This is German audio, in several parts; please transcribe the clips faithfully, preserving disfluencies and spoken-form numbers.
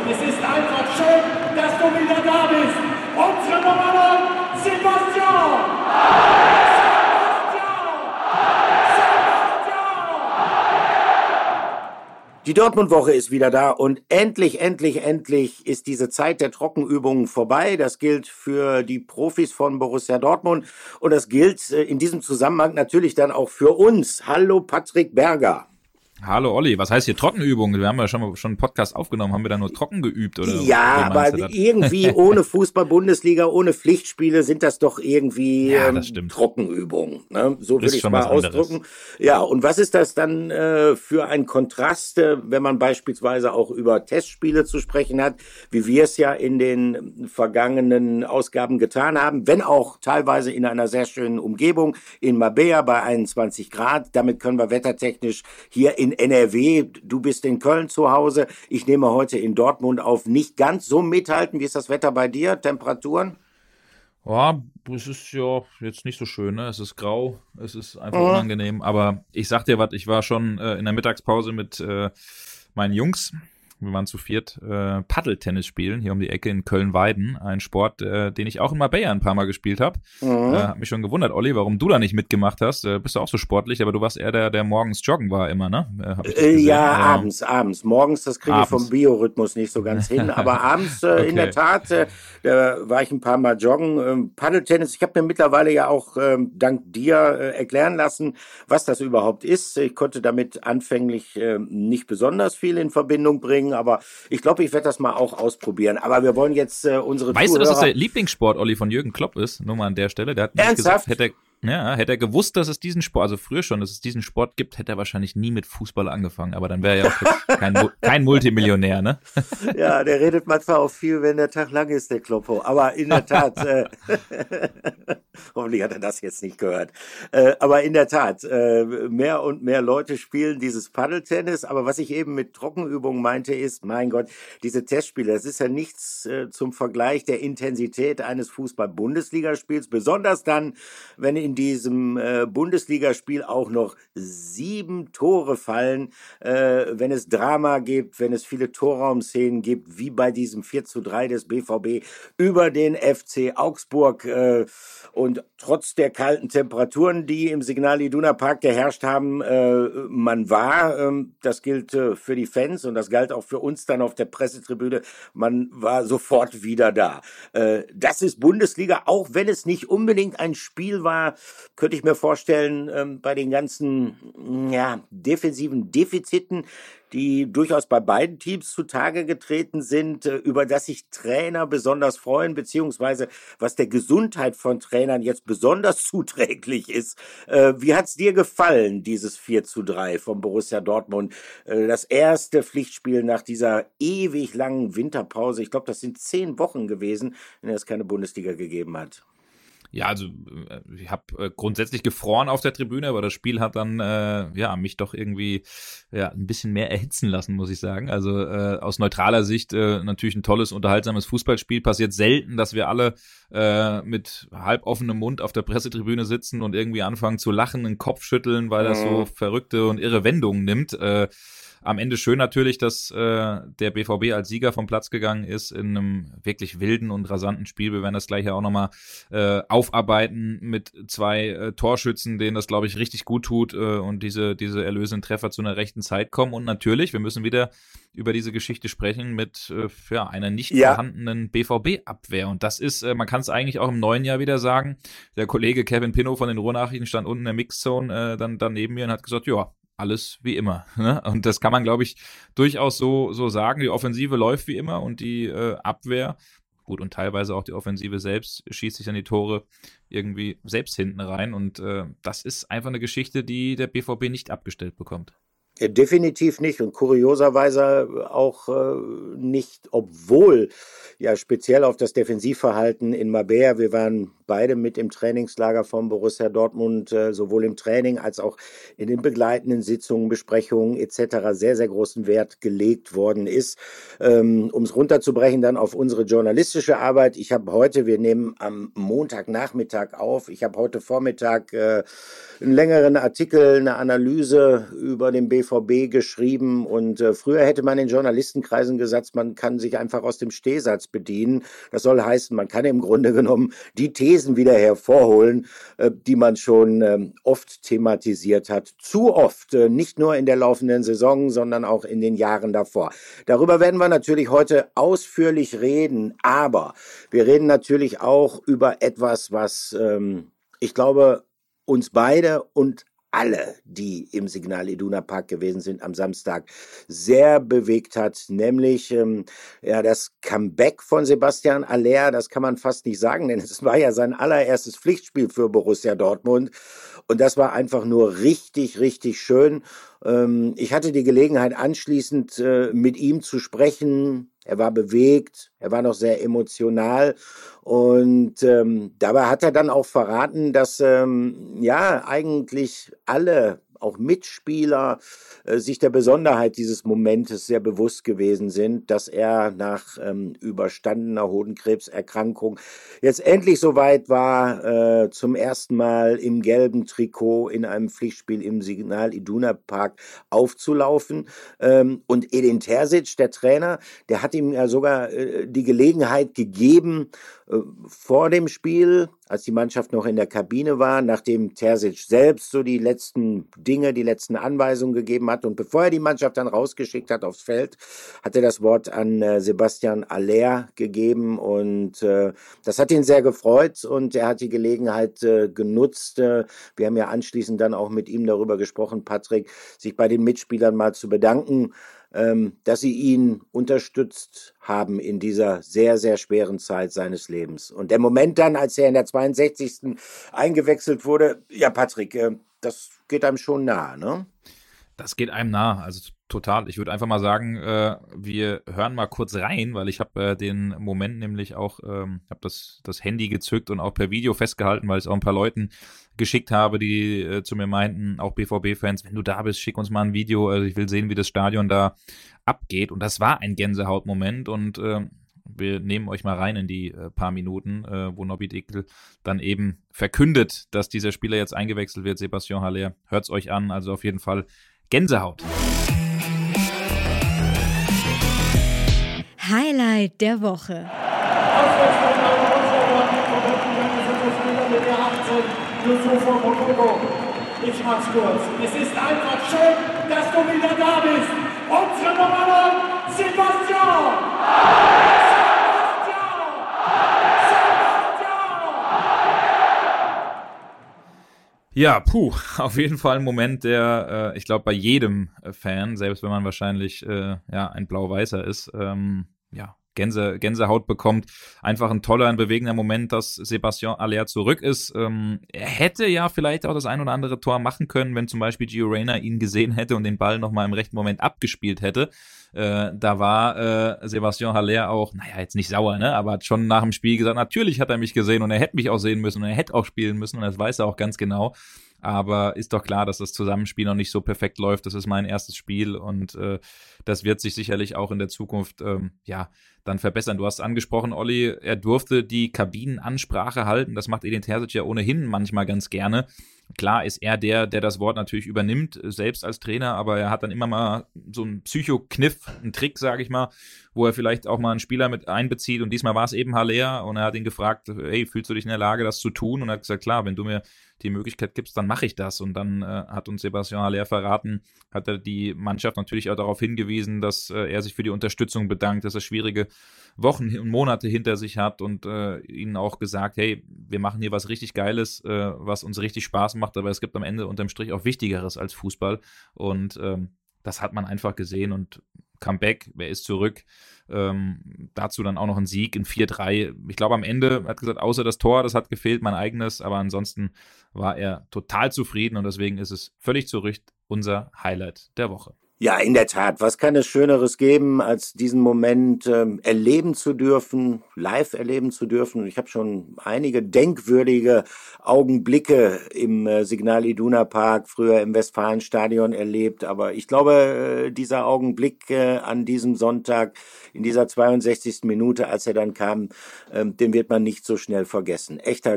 Es ist einfach schön, dass du wieder da bist. Unsere Nummer neun, Sebastian! Die Dortmund-Woche ist wieder da und endlich, endlich, endlich ist diese Zeit der Trockenübungen vorbei. Das gilt für die Profis von Borussia Dortmund und das gilt in diesem Zusammenhang natürlich dann auch für uns. Hallo Patrick Berger. Hallo Olli, was heißt hier Trockenübungen? Wir haben ja schon mal schon einen Podcast aufgenommen, haben wir da nur trocken geübt? Oder ja, aber irgendwie ohne Fußball-Bundesliga, ohne Pflichtspiele sind das doch irgendwie ja, ähm, das stimmt. Trockenübungen. Ne? So würde ich es mal ausdrücken. Anderes. Ja, und was ist das dann äh, für ein Kontrast, äh, wenn man beispielsweise auch über Testspiele zu sprechen hat, wie wir es ja in den vergangenen Ausgaben getan haben, wenn auch teilweise in einer sehr schönen Umgebung, in Marbella bei einundzwanzig Grad. Damit können wir wettertechnisch hier in N R W, du bist in Köln zu Hause, ich nehme heute in Dortmund auf, nicht ganz so mithalten. Wie ist das Wetter bei dir? Temperaturen? Ja, es ist ja jetzt nicht so schön, ne? Es ist grau, es ist einfach mhm. unangenehm, aber ich sag dir was, ich war schon äh, in der Mittagspause mit äh, meinen Jungs. Wir waren zu viert äh, Paddeltennis spielen, hier um die Ecke in Köln-Weiden. Ein Sport, äh, den ich auch in Marbella ein paar Mal gespielt habe. Mhm. Äh, hab mich schon gewundert, Olli, warum du da nicht mitgemacht hast. Äh, bist du auch so sportlich, aber du warst eher der, der morgens joggen war immer, ne? Äh, hab ich das äh, gesehen. ja, äh, abends, abends. Morgens, das kriege ich vom Biorhythmus nicht so ganz hin. Aber abends, äh, okay. in der Tat, äh, da war ich ein paar Mal joggen. Ähm, Paddeltennis, ich habe mir mittlerweile ja auch ähm, dank dir äh, erklären lassen, was das überhaupt ist. Ich konnte damit anfänglich äh, nicht besonders viel in Verbindung bringen, aber ich glaube, ich werde das mal auch ausprobieren. Aber wir wollen jetzt äh, unsere Weißt Zuhörer... du, dass das der Lieblingssport, Olli, von Jürgen Klopp ist? Nur mal an der Stelle. Der hat nicht Ernsthaft? gesagt, hätte er, ja, hätte er gewusst, dass es diesen Sport, also früher schon, dass es diesen Sport gibt, hätte er wahrscheinlich nie mit Fußball angefangen. Aber dann wäre er ja auch kein, kein Multimillionär, ne? Ja, der redet manchmal auch viel, wenn der Tag lang ist, der Kloppo. Aber in der Tat... äh, hoffentlich hat er das jetzt nicht gehört. Äh, aber in der Tat, äh, mehr und mehr Leute spielen dieses Paddeltennis. Aber was ich eben mit Trockenübungen meinte, ist, mein Gott, diese Testspiele, das ist ja nichts äh, zum Vergleich der Intensität eines Fußball-Bundesligaspiels. Besonders dann, wenn in diesem äh, Bundesligaspiel auch noch sieben Tore fallen, äh, wenn es Drama gibt, wenn es viele Torraumszenen gibt, wie bei diesem vier zu drei des B V B über den F C Augsburg. Äh, und trotz der kalten Temperaturen, die im Signal Iduna Park geherrscht haben, äh, man war, äh, das gilt äh, für die Fans und das galt auch für uns dann auf der Pressetribüne, man war sofort wieder da. Äh, das ist Bundesliga, auch wenn es nicht unbedingt ein Spiel war, könnte ich mir vorstellen, äh, bei den ganzen ja, defensiven Defiziten, die durchaus bei beiden Teams zutage getreten sind, über das sich Trainer besonders freuen, beziehungsweise was der Gesundheit von Trainern jetzt besonders zuträglich ist. Wie hat's dir gefallen, dieses vier zu drei vom Borussia Dortmund? Das erste Pflichtspiel nach dieser ewig langen Winterpause. Ich glaube, das sind zehn Wochen gewesen, in der es keine Bundesliga gegeben hat. Ja, also ich habe äh, grundsätzlich gefroren auf der Tribüne, aber das Spiel hat dann äh, ja mich doch irgendwie ja ein bisschen mehr erhitzen lassen, muss ich sagen. Also äh, aus neutraler Sicht äh, natürlich ein tolles, unterhaltsames Fußballspiel. Passiert selten, dass wir alle äh, mit halb offenem Mund auf der Pressetribüne sitzen und irgendwie anfangen zu lachen, den Kopf schütteln, weil das so verrückte und irre Wendungen nimmt. Äh, Am Ende schön natürlich, dass äh, der B V B als Sieger vom Platz gegangen ist in einem wirklich wilden und rasanten Spiel. Wir werden das gleich ja auch nochmal äh, aufarbeiten mit zwei äh, Torschützen, denen das, glaube ich, richtig gut tut äh, und diese diese erlösenden Treffer zu einer rechten Zeit kommen. Und natürlich, wir müssen wieder über diese Geschichte sprechen mit äh, ja, einer nicht ja. vorhandenen B V B-Abwehr. Und das ist, äh, man kann es eigentlich auch im neuen Jahr wieder sagen, der Kollege Kevin Pinnow von den Ruhrnachrichten stand unten in der Mixzone äh, dann, dann neben mir und hat gesagt, ja, alles wie immer. Ne? Und das kann man, glaube ich, durchaus so so sagen. Die Offensive läuft wie immer und die äh, Abwehr, gut, und teilweise auch die Offensive selbst, schießt sich an die Tore irgendwie selbst hinten rein. Und äh, das ist einfach eine Geschichte, die der B V B nicht abgestellt bekommt. Ja, definitiv nicht und kurioserweise auch äh, nicht, obwohl ja speziell auf das Defensivverhalten in Marbella. Wir waren beide mit im Trainingslager von Borussia Dortmund, äh, sowohl im Training als auch in den begleitenden Sitzungen, Besprechungen et cetera sehr, sehr großen Wert gelegt worden ist. Ähm, um es runterzubrechen dann auf unsere journalistische Arbeit. Ich habe heute, wir nehmen am Montagnachmittag auf, ich habe heute Vormittag äh, einen längeren Artikel, eine Analyse über den B V B geschrieben und äh, früher hätte man in Journalistenkreisen gesagt, man kann sich einfach aus dem Stehsatz bedienen. Das soll heißen, man kann im Grunde genommen die Thesen wieder hervorholen, äh, die man schon äh, oft thematisiert hat. Zu oft, äh, nicht nur in der laufenden Saison, sondern auch in den Jahren davor. Darüber werden wir natürlich heute ausführlich reden, aber wir reden natürlich auch über etwas, was ähm, ich glaube, uns beide und alle, die im Signal Iduna Park gewesen sind am Samstag, sehr bewegt hat, nämlich ähm, ja das Comeback von Sebastian Haller. Das kann man fast nicht sagen, denn es war ja sein allererstes Pflichtspiel für Borussia Dortmund und das war einfach nur richtig, richtig schön. Ähm, ich hatte die Gelegenheit, anschließend äh, mit ihm zu sprechen. Er war bewegt, er war noch sehr emotional und ähm, dabei hat er dann auch verraten, dass ähm, ja eigentlich alle, auch Mitspieler, äh, sich der Besonderheit dieses Momentes sehr bewusst gewesen sind, dass er nach ähm, überstandener Hodenkrebserkrankung jetzt endlich soweit war, äh, zum ersten Mal im gelben Trikot in einem Pflichtspiel im Signal Iduna Park aufzulaufen. Ähm, und Edin Terzic, der Trainer, der hat ihm ja sogar äh, die Gelegenheit gegeben, äh, vor dem Spiel, als die Mannschaft noch in der Kabine war, nachdem Terzic selbst so die letzten Dinge, die letzten Anweisungen gegeben hat und bevor er die Mannschaft dann rausgeschickt hat aufs Feld, hat er das Wort an äh, Sebastian Haller gegeben und äh, das hat ihn sehr gefreut und er hat die Gelegenheit äh, genutzt. Äh, wir haben ja anschließend dann auch mit ihm darüber gesprochen, Patrick, sich bei den Mitspielern mal zu bedanken, ähm, dass sie ihn unterstützt haben in dieser sehr, sehr schweren Zeit seines Lebens. Und der Moment dann, als er in der zweiundsechzigsten eingewechselt wurde, ja Patrick, äh, das geht einem schon nah, ne? Das geht einem nah, also total. Ich würde einfach mal sagen, äh, wir hören mal kurz rein, weil ich habe äh, den Moment nämlich auch, ähm, habe das, das Handy gezückt und auch per Video festgehalten, weil ich es auch ein paar Leuten geschickt habe, die äh, zu mir meinten, auch B V B-Fans, wenn du da bist, schick uns mal ein Video, also ich will sehen, wie das Stadion da abgeht. Und das war ein Gänsehautmoment und äh, wir nehmen euch mal rein in die äh, paar Minuten, äh, wo Nobby Dickel dann eben verkündet, dass dieser Spieler jetzt eingewechselt wird, Sebastian Haller. Hört's euch an, also auf jeden Fall Gänsehaut. Highlight der Woche. Ich mach's kurz. Es ist einfach schön, dass du wieder da bist. Unsere Nummer neun, Sebastian! Ja, puh, auf jeden Fall ein Moment, der, äh, ich glaube, bei jedem äh, Fan, selbst wenn man wahrscheinlich äh, ja ein Blau-Weißer ist, ähm, ja, Gänse, Gänsehaut bekommt. Einfach ein toller, ein bewegender Moment, dass Sebastian Haller zurück ist. Ähm, er hätte ja vielleicht auch das ein oder andere Tor machen können, wenn zum Beispiel Gio Reyna ihn gesehen hätte und den Ball nochmal im rechten Moment abgespielt hätte. Äh, da war äh, Sebastian Haller auch, naja, jetzt nicht sauer, ne, aber hat schon nach dem Spiel gesagt, natürlich hat er mich gesehen und er hätte mich auch sehen müssen und er hätte auch spielen müssen und das weiß er auch ganz genau. Aber ist doch klar, dass das Zusammenspiel noch nicht so perfekt läuft. Das ist mein erstes Spiel und äh, das wird sich sicherlich auch in der Zukunft ähm, ja dann verbessern. Du hast angesprochen, Olli, er durfte die Kabinenansprache halten. Das macht Edin Terzic ja ohnehin manchmal ganz gerne. Klar ist er der, der das Wort natürlich übernimmt, selbst als Trainer, aber er hat dann immer mal so einen Psychokniff, einen Trick, sage ich mal, wo er vielleicht auch mal einen Spieler mit einbezieht und diesmal war es eben Haller und er hat ihn gefragt, hey, fühlst du dich in der Lage, das zu tun? Und er hat gesagt, klar, wenn du mir die Möglichkeit gibst, dann mache ich das. Und dann äh, hat uns Sebastian Haller verraten, hat er die Mannschaft natürlich auch darauf hingewiesen, dass äh, er sich für die Unterstützung bedankt, dass er schwierige Wochen und Monate hinter sich hat und äh, ihnen auch gesagt, hey, wir machen hier was richtig Geiles, äh, was uns richtig Spaß macht, aber es gibt am Ende unterm Strich auch Wichtigeres als Fußball und ähm, das hat man einfach gesehen und Comeback, wer ist zurück, ähm, dazu dann auch noch ein Sieg in vier drei. Ich glaube am Ende, er hat gesagt, außer das Tor, das hat gefehlt, mein eigenes, aber ansonsten war er total zufrieden und deswegen ist es völlig zu Recht unser Highlight der Woche. Ja, in der Tat. Was kann es Schöneres geben, als diesen Moment ähm, erleben zu dürfen, live erleben zu dürfen? Ich habe schon einige denkwürdige Augenblicke im äh, Signal Iduna Park, früher im Westfalenstadion erlebt. Aber ich glaube, äh, dieser Augenblick äh, an diesem Sonntag, in dieser zweiundsechzigsten Minute, als er dann kam, ähm, den wird man nicht so schnell vergessen. Echter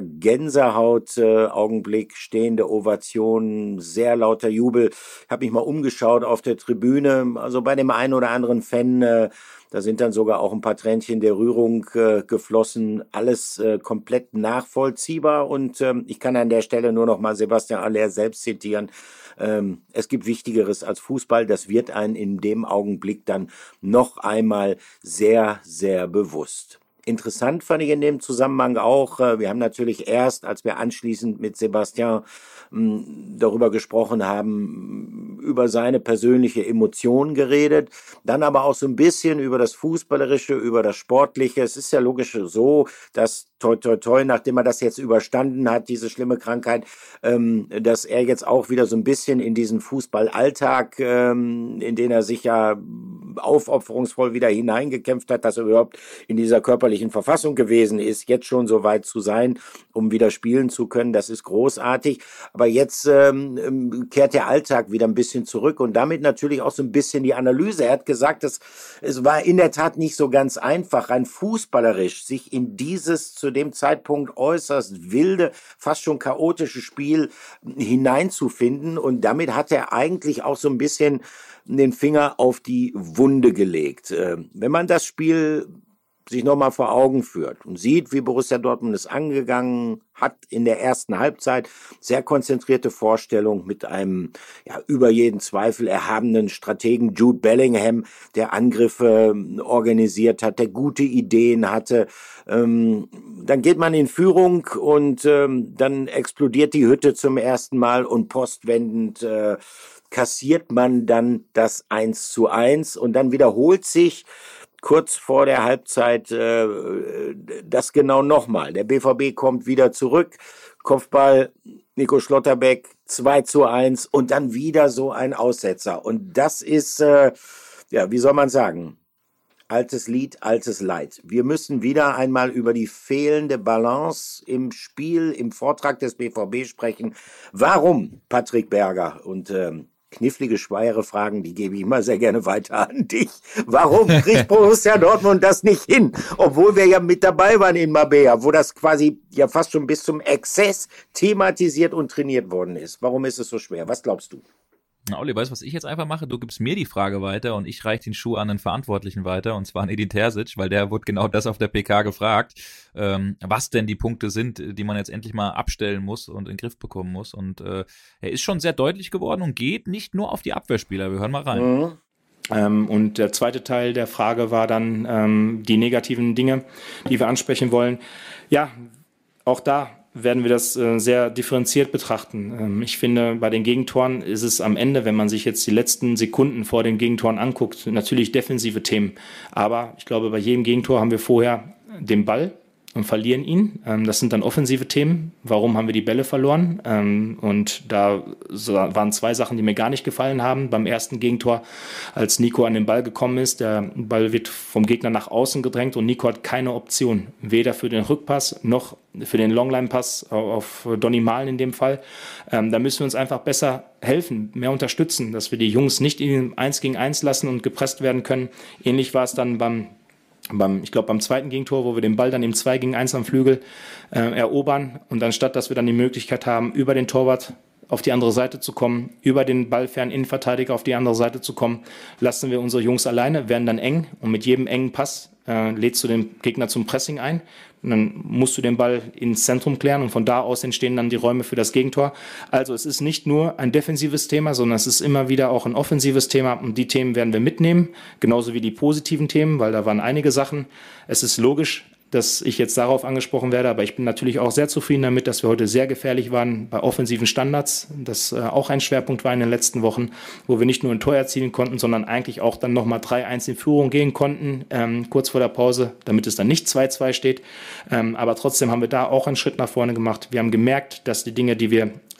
Gänsehaut-Augenblick, stehende Ovationen, sehr lauter Jubel. Ich habe mich mal umgeschaut auf der Tribüne, also bei dem einen oder anderen Fan, äh, da sind dann sogar auch ein paar Tränchen der Rührung äh, geflossen. Alles äh, komplett nachvollziehbar und ähm, ich kann an der Stelle nur noch mal Sebastian Haller selbst zitieren. Ähm, es gibt Wichtigeres als Fußball. Das wird einem in dem Augenblick dann noch einmal sehr, sehr bewusst. Interessant fand ich in dem Zusammenhang auch, äh, wir haben natürlich erst, als wir anschließend mit Sebastian mh, darüber gesprochen haben, über seine persönliche Emotion geredet, dann aber auch so ein bisschen über das Fußballerische, über das Sportliche. Es ist ja logisch so, dass toi toi toi, nachdem er das jetzt überstanden hat, diese schlimme Krankheit, ähm, dass er jetzt auch wieder so ein bisschen in diesen Fußballalltag, ähm, in den er sich ja aufopferungsvoll wieder hineingekämpft hat, dass er überhaupt in dieser körperlichen Verfassung gewesen ist, jetzt schon so weit zu sein, um wieder spielen zu können, das ist großartig. Aber jetzt ähm, kehrt der Alltag wieder ein bisschen zurück und damit natürlich auch so ein bisschen die Analyse. Er hat gesagt, dass es war in der Tat nicht so ganz einfach, rein fußballerisch, sich in dieses zu dem Zeitpunkt äußerst wilde, fast schon chaotische Spiel hineinzufinden und damit hat er eigentlich auch so ein bisschen den Finger auf die Wunde gelegt. Wenn man das Spiel sich nochmal vor Augen führt und sieht, wie Borussia Dortmund es angegangen hat in der ersten Halbzeit, sehr konzentrierte Vorstellung mit einem ja über jeden Zweifel erhabenen Strategen Jude Bellingham, der Angriffe organisiert hat, der gute Ideen hatte. Ähm, dann geht man in Führung und ähm, dann explodiert die Hütte zum ersten Mal und postwendend äh, kassiert man dann das eins zu eins und dann wiederholt sich kurz vor der Halbzeit äh, das genau nochmal. Der B V B kommt wieder zurück, Kopfball Nico Schlotterbeck, zwei zu eins und dann wieder so ein Aussetzer. Und das ist, äh, ja, wie soll man sagen, altes Lied, altes Leid. Wir müssen wieder einmal über die fehlende Balance im Spiel, im Vortrag des B V B sprechen. Warum, Patrick Berger? Und ähm, knifflige, schwere Fragen, die gebe ich immer sehr gerne weiter an dich. Warum kriegt Borussia Dortmund das nicht hin? Obwohl wir ja mit dabei waren in Marbella, wo das quasi ja fast schon bis zum Exzess thematisiert und trainiert worden ist. Warum ist es so schwer? Was glaubst du? Na, Olli, weißt du, was ich jetzt einfach mache? Du gibst mir die Frage weiter und ich reiche den Schuh an den Verantwortlichen weiter, und zwar an Edin Terzic, weil der wurde genau das auf der P K gefragt, ähm, was denn die Punkte sind, die man jetzt endlich mal abstellen muss und in den Griff bekommen muss. Und äh, er ist schon sehr deutlich geworden und geht nicht nur auf die Abwehrspieler. Wir hören mal rein. Mhm. Ähm, und der zweite Teil der Frage war dann ähm, die negativen Dinge, die wir ansprechen wollen. Ja, auch da werden wir das äh, sehr differenziert betrachten. Ähm, ich finde, bei den Gegentoren ist es am Ende, wenn man sich jetzt die letzten Sekunden vor den Gegentoren anguckt, natürlich defensive Themen. Aber ich glaube, bei jedem Gegentor haben wir vorher den Ball und verlieren ihn. Ähm, das sind dann offensive Themen. Warum haben wir die Bälle verloren? Ähm, und da waren zwei Sachen, die mir gar nicht gefallen haben. Beim ersten Gegentor, als Nico an den Ball gekommen ist, der Ball wird vom Gegner nach außen gedrängt und Nico hat keine Option. Weder für den Rückpass noch für den Longline-Pass auf Donny Malen in dem Fall. Ähm, da müssen wir uns einfach besser helfen, mehr unterstützen, dass wir die Jungs nicht in eins gegen eins lassen und gepresst werden können. Ähnlich war es dann beim Beim, ich glaube beim zweiten Gegentor, wo wir den Ball dann im zwei gegen eins am Flügel äh, erobern und anstatt, dass wir dann die Möglichkeit haben, über den Torwart auf die andere Seite zu kommen, über den ballfernen Innenverteidiger auf die andere Seite zu kommen, lassen wir unsere Jungs alleine, werden dann eng und mit jedem engen Pass äh, lädst du den Gegner zum Pressing ein und dann musst du den Ball ins Zentrum klären und von da aus entstehen dann die Räume für das Gegentor. Also es ist nicht nur ein defensives Thema, sondern es ist immer wieder auch ein offensives Thema und die Themen werden wir mitnehmen, genauso wie die positiven Themen, weil da waren einige Sachen. Es ist logisch, dass ich jetzt darauf angesprochen werde, aber ich bin natürlich auch sehr zufrieden damit, dass wir heute sehr gefährlich waren bei offensiven Standards, das äh, auch ein Schwerpunkt war in den letzten Wochen, wo wir nicht nur ein Tor erzielen konnten, sondern eigentlich auch dann nochmal drei eins in Führung gehen konnten, ähm, kurz vor der Pause, damit es dann nicht zwei zwei steht, ähm, aber trotzdem haben wir da auch einen Schritt nach vorne gemacht. Wir haben gemerkt, dass die Dinge, die wir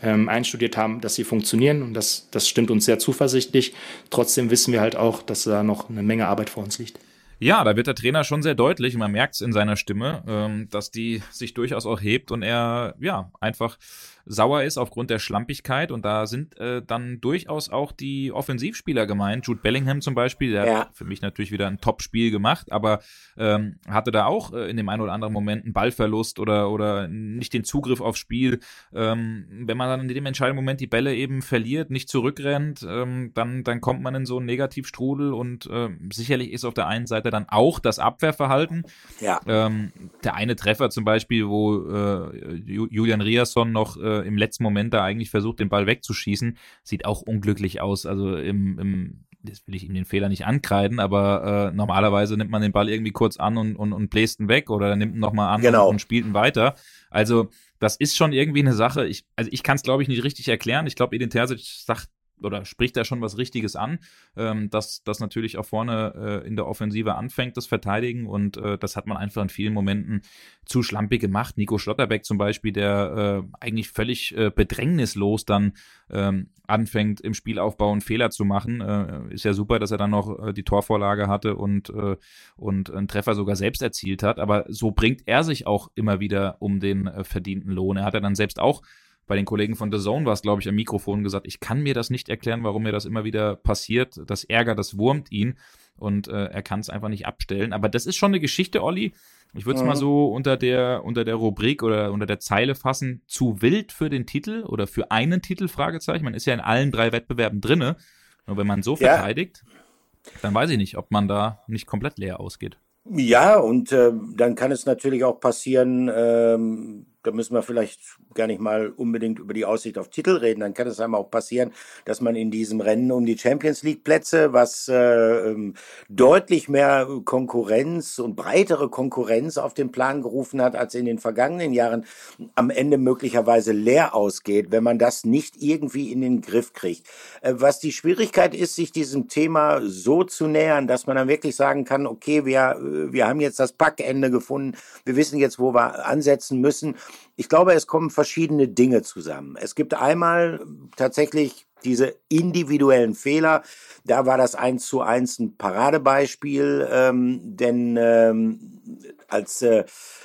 ähm, einstudiert haben, dass sie funktionieren und das, das stimmt uns sehr zuversichtlich. Trotzdem wissen wir halt auch, dass da noch eine Menge Arbeit vor uns liegt. Ja, da wird der Trainer schon sehr deutlich, man merkt es in seiner Stimme, ähm, dass die sich durchaus auch hebt und er ja einfach sauer ist aufgrund der Schlampigkeit und da sind äh, dann durchaus auch die Offensivspieler gemeint. Jude Bellingham zum Beispiel, der ja. hat für mich natürlich wieder ein Top-Spiel gemacht, aber ähm, hatte da auch äh, in dem einen oder anderen Moment einen Ballverlust oder oder nicht den Zugriff aufs Spiel. Ähm, wenn man dann in dem entscheidenden Moment die Bälle eben verliert, nicht zurückrennt, ähm, dann dann kommt man in so einen Negativstrudel und äh, sicherlich ist auf der einen Seite dann auch das Abwehrverhalten. Ja. Ähm, der eine Treffer zum Beispiel, wo äh, Julian Riasson noch äh, im letzten Moment da eigentlich versucht, den Ball wegzuschießen, sieht auch unglücklich aus. Also im, im das will ich ihm den Fehler nicht ankreiden, aber äh, normalerweise nimmt man den Ball irgendwie kurz an und, und, und bläst ihn weg oder nimmt ihn nochmal an genau. und, und spielt ihn weiter. Also das ist schon irgendwie eine Sache, ich, also ich kann es glaube ich nicht richtig erklären. Ich glaube, Edin Terzic sagt oder spricht da schon was Richtiges an, ähm, dass das natürlich auch vorne äh, in der Offensive anfängt, das Verteidigen und äh, das hat man einfach in vielen Momenten zu schlampig gemacht. Nico Schlotterbeck zum Beispiel, der äh, eigentlich völlig äh, bedrängnislos dann ähm, anfängt im Spielaufbau einen Fehler zu machen. Äh, ist ja super, dass er dann noch äh, die Torvorlage hatte und, äh, und einen Treffer sogar selbst erzielt hat, aber so bringt er sich auch immer wieder um den äh, verdienten Lohn. Er hat ja dann selbst auch bei den Kollegen von The Zone war es, glaube ich, am Mikrofon gesagt, ich kann mir das nicht erklären, warum mir das immer wieder passiert. Das Ärger, das wurmt ihn und äh, er kann es einfach nicht abstellen. Aber das ist schon eine Geschichte, Olli. Ich würde es mhm. mal so unter der unter der Rubrik oder unter der Zeile fassen, zu wild für den Titel oder für einen Titel, Fragezeichen. Man ist ja in allen drei Wettbewerben drinne. Nur wenn man so ja. verteidigt, dann weiß ich nicht, ob man da nicht komplett leer ausgeht. Ja, und äh, dann kann es natürlich auch passieren, ähm, da müssen wir vielleicht gar nicht mal unbedingt über die Aussicht auf Titel reden, dann kann es einem auch passieren, dass man in diesem Rennen um die Champions League Plätze, was äh, ähm, deutlich mehr Konkurrenz und breitere Konkurrenz auf den Plan gerufen hat als in den vergangenen Jahren, am Ende möglicherweise leer ausgeht, wenn man das nicht irgendwie in den Griff kriegt. Äh, was die Schwierigkeit ist, sich diesem Thema so zu nähern, dass man dann wirklich sagen kann, okay, wir, wir haben jetzt das Packende gefunden, wir wissen jetzt, wo wir ansetzen müssen. Ich glaube, es kommen verschiedene Dinge zusammen. Es gibt einmal tatsächlich diese individuellen Fehler. Da war das eins zu eins ein Paradebeispiel, ähm, denn ähm, als äh,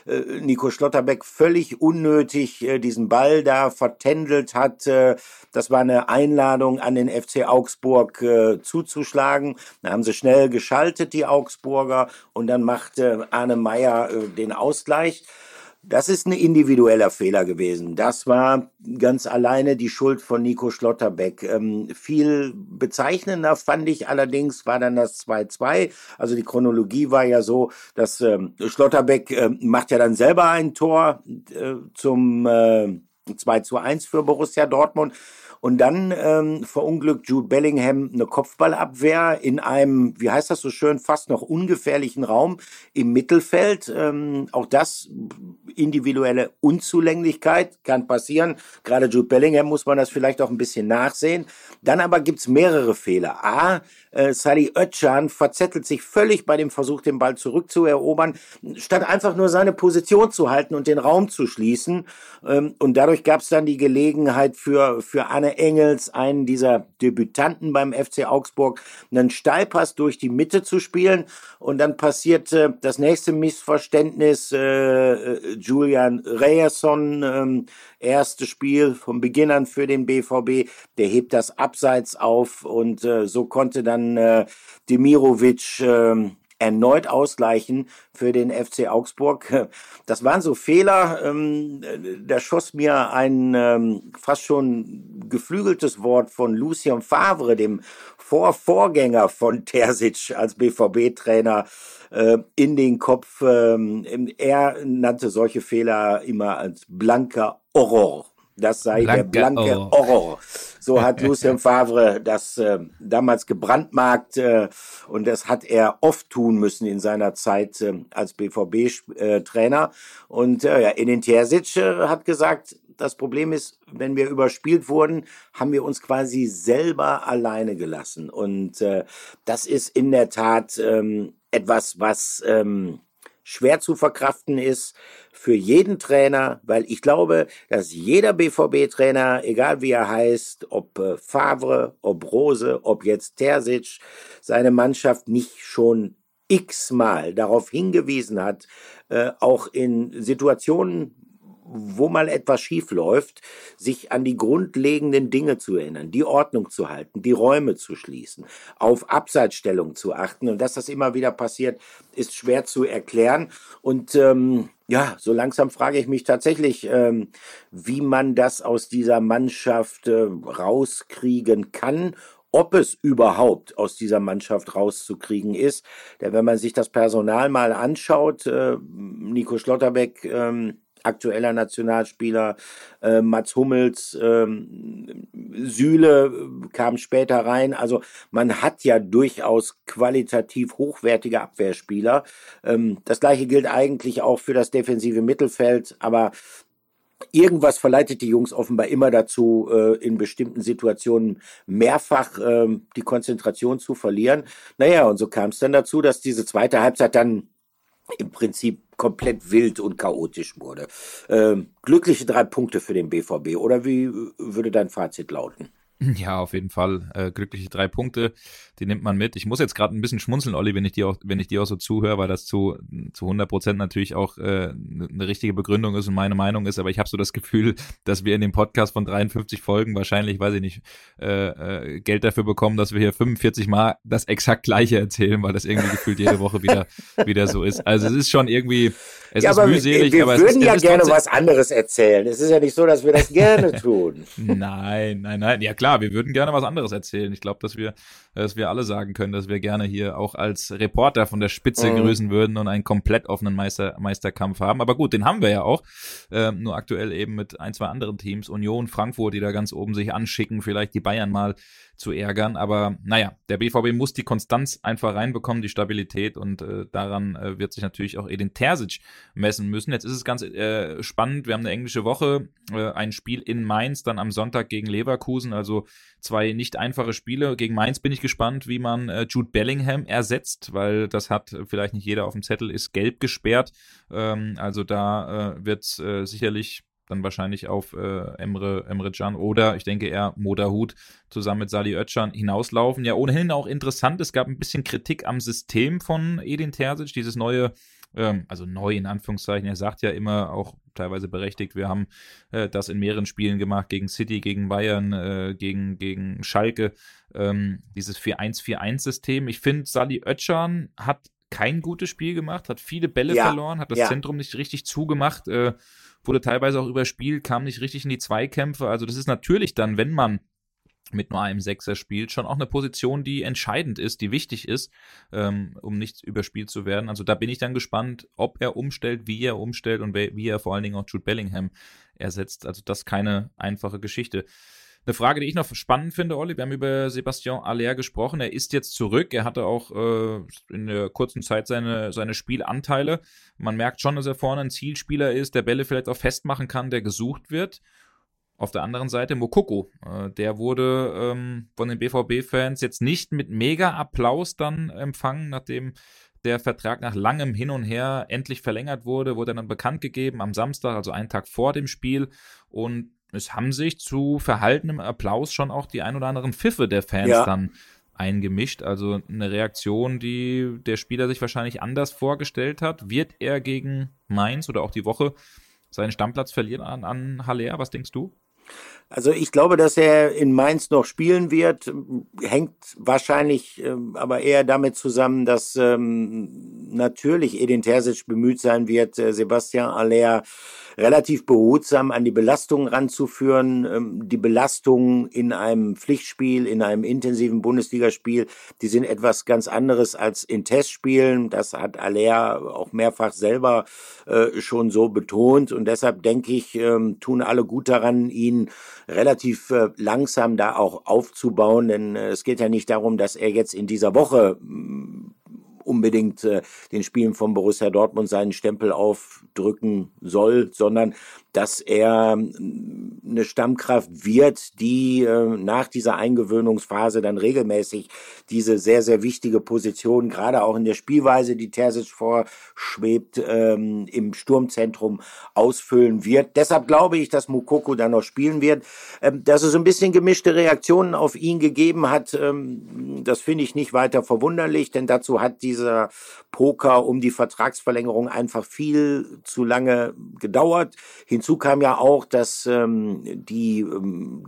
Nico Schlotterbeck völlig unnötig äh, diesen Ball da vertändelt hat, äh, das war eine Einladung an den F C Augsburg äh, zuzuschlagen. Da haben sie schnell geschaltet, die Augsburger, und dann machte Arne Meyer äh, den Ausgleich. Das ist ein individueller Fehler gewesen. Das war ganz alleine die Schuld von Nico Schlotterbeck. Ähm, viel bezeichnender fand ich allerdings war dann das zwei zwei. Also die Chronologie war ja so, dass ähm, Schlotterbeck äh, macht ja dann selber ein Tor äh, zum äh, zwei zu eins für Borussia Dortmund. Und dann ähm, verunglückt Jude Bellingham eine Kopfballabwehr in einem, wie heißt das so schön, fast noch ungefährlichen Raum im Mittelfeld. Ähm, auch das individuelle Unzulänglichkeit kann passieren. Gerade Jude Bellingham muss man das vielleicht auch ein bisschen nachsehen. Dann aber gibt's mehrere Fehler. A, äh, Salih Özcan verzettelt sich völlig bei dem Versuch, den Ball zurückzuerobern, statt einfach nur seine Position zu halten und den Raum zu schließen. Ähm, und dadurch gab's dann die Gelegenheit für, für Arne Engels, einen dieser Debütanten beim F C Augsburg, einen Steilpass durch die Mitte zu spielen. Und dann passierte das nächste Missverständnis. Äh, Julian Riasson, ähm, erstes Spiel von Beginn an für den B V B, der hebt das Abseits auf und äh, so konnte dann äh, Demirovic äh, erneut ausgleichen für den F C Augsburg. Das waren so Fehler, ähm, da schoss mir ein ähm, fast schon geflügeltes Wort von Lucien Favre, dem Vorvorgänger von Terzic als B V B-Trainer, äh, in den Kopf. Ähm, er nannte solche Fehler immer als blanker Horror. Das sei Blanke, der blanke oh. Horror. So hat Lucien Favre das äh, damals gebrandmarkt äh, und das hat er oft tun müssen in seiner Zeit äh, als B V B-Trainer. Und äh, ja, Edin Terzic äh, hat gesagt, das Problem ist, wenn wir überspielt wurden, haben wir uns quasi selber alleine gelassen. Und äh, das ist in der Tat ähm, etwas, was ähm, schwer zu verkraften ist für jeden Trainer, weil ich glaube, dass jeder B V B-Trainer, egal wie er heißt, ob äh, Favre, ob Rose, ob jetzt Terzic, seine Mannschaft nicht schon x-mal darauf hingewiesen hat, äh, auch in Situationen, wo mal etwas schief läuft, sich an die grundlegenden Dinge zu erinnern, die Ordnung zu halten, die Räume zu schließen, auf Abseitsstellung zu achten. Und dass das immer wieder passiert, ist schwer zu erklären. Und ähm, ja, so langsam frage ich mich tatsächlich, ähm, wie man das aus dieser Mannschaft äh, rauskriegen kann, ob es überhaupt aus dieser Mannschaft rauszukriegen ist. Denn wenn man sich das Personal mal anschaut, äh, Nico Schlotterbeck, ähm, aktueller Nationalspieler, äh, Mats Hummels, ähm, Süle kam später rein. Also man hat ja durchaus qualitativ hochwertige Abwehrspieler. Ähm, das Gleiche gilt eigentlich auch für das defensive Mittelfeld, aber irgendwas verleitet die Jungs offenbar immer dazu, äh, in bestimmten Situationen mehrfach äh, die Konzentration zu verlieren. Naja, und so kam es dann dazu, dass diese zweite Halbzeit dann im Prinzip komplett wild und chaotisch wurde. Ähm, glückliche drei Punkte für den B V B, oder wie würde dein Fazit lauten? Ja, auf jeden Fall. Äh, glückliche drei Punkte, die nimmt man mit. Ich muss jetzt gerade ein bisschen schmunzeln, Olli, wenn ich dir auch, wenn ich dir auch so zuhöre, weil das zu zu hundert Prozent natürlich auch äh, eine richtige Begründung ist und meine Meinung ist. Aber ich habe so das Gefühl, dass wir in dem Podcast von dreiundfünfzig Folgen wahrscheinlich, weiß ich nicht, äh, äh, Geld dafür bekommen, dass wir hier fünfundvierzig Mal das exakt Gleiche erzählen, weil das irgendwie gefühlt jede Woche wieder wieder so ist. Also es ist schon irgendwie, es ja, ist aber mühselig. Wir, wir aber würden es ist, ja es ist gerne trotzdem was anderes erzählen. Es ist ja nicht so, dass wir das gerne tun. Nein, nein, nein. Ja klar, wir würden gerne was anderes erzählen. Ich glaube, dass wir, dass wir alle sagen können, dass wir gerne hier auch als Reporter von der Spitze mhm. grüßen würden und einen komplett offenen Meister, Meisterkampf haben. Aber gut, den haben wir ja auch. Ähm, nur aktuell eben mit ein, zwei anderen Teams. Union, Frankfurt, die da ganz oben sich anschicken, vielleicht die Bayern mal zu ärgern. Aber naja, der B V B muss die Konstanz einfach reinbekommen, die Stabilität, und äh, daran äh, wird sich natürlich auch Edin Terzic messen müssen. Jetzt ist es ganz äh, spannend. Wir haben eine englische Woche, äh, ein Spiel in Mainz, dann am Sonntag gegen Leverkusen, also zwei nicht einfache Spiele. Gegen Mainz bin ich gespannt, wie man äh, Jude Bellingham ersetzt, weil das hat vielleicht nicht jeder auf dem Zettel, ist gelb gesperrt. Ähm, also da äh, wird es äh, sicherlich dann wahrscheinlich auf äh, Emre, Emre Can oder ich denke eher Mo Dahoud zusammen mit Salih Özcan hinauslaufen. Ja, ohnehin auch interessant, es gab ein bisschen Kritik am System von Edin Terzic, dieses neue, ähm, also neu in Anführungszeichen, er sagt ja immer auch teilweise berechtigt, wir haben äh, das in mehreren Spielen gemacht, gegen City, gegen Bayern, äh, gegen, gegen Schalke, ähm, dieses vier eins vier eins System. Ich finde, Salih Özcan hat kein gutes Spiel gemacht, hat viele Bälle ja, verloren, hat das ja. Zentrum nicht richtig zugemacht, äh, wurde teilweise auch überspielt, kam nicht richtig in die Zweikämpfe. Also das ist natürlich dann, wenn man mit nur einem Sechser spielt, schon auch eine Position, die entscheidend ist, die wichtig ist, ähm, um nicht überspielt zu werden. Also da bin ich dann gespannt, ob er umstellt, wie er umstellt und wie er vor allen Dingen auch Jude Bellingham ersetzt. Also das ist keine einfache Geschichte. Eine Frage, die ich noch spannend finde, Olli, wir haben über Sébastien Haller gesprochen, er ist jetzt zurück, er hatte auch äh, in der kurzen Zeit seine, seine Spielanteile. Man merkt schon, dass er vorne ein Zielspieler ist, der Bälle vielleicht auch festmachen kann, der gesucht wird. Auf der anderen Seite Moukoko, äh, der wurde ähm, von den B V B-Fans jetzt nicht mit Mega-Applaus dann empfangen, nachdem der Vertrag nach langem Hin und Her endlich verlängert wurde, wurde dann bekannt gegeben am Samstag, also einen Tag vor dem Spiel, und es haben sich zu verhaltenem Applaus schon auch die ein oder anderen Pfiffe der Fans ja. dann eingemischt. Also eine Reaktion, die der Spieler sich wahrscheinlich anders vorgestellt hat. Wird er gegen Mainz oder auch die Woche seinen Stammplatz verlieren an, an Haller? Was denkst du? Also ich glaube, dass er in Mainz noch spielen wird, hängt wahrscheinlich ähm, aber eher damit zusammen, dass ähm, natürlich Edin Terzic bemüht sein wird, äh, Sébastien Haller relativ behutsam an die Belastungen ranzuführen. Ähm, die Belastungen in einem Pflichtspiel, in einem intensiven Bundesligaspiel, die sind etwas ganz anderes als in Testspielen. Das hat Haller auch mehrfach selber äh, schon so betont, und deshalb denke ich, ähm, tun alle gut daran, ihn relativ äh, langsam da auch aufzubauen, denn äh, es geht ja nicht darum, dass er jetzt in dieser Woche mh, unbedingt äh, den Spielen von Borussia Dortmund seinen Stempel aufdrücken soll, sondern dass er eine Stammkraft wird, die äh, nach dieser Eingewöhnungsphase dann regelmäßig diese sehr, sehr wichtige Position, gerade auch in der Spielweise, die Terzic vorschwebt, ähm, im Sturmzentrum ausfüllen wird. Deshalb glaube ich, dass Moukoko dann noch spielen wird. Ähm, dass es ein bisschen gemischte Reaktionen auf ihn gegeben hat, ähm, das finde ich nicht weiter verwunderlich, denn dazu hat dieser Poker um die Vertragsverlängerung einfach viel zu lange gedauert. Hinzu kam ja auch, dass ähm, die ähm,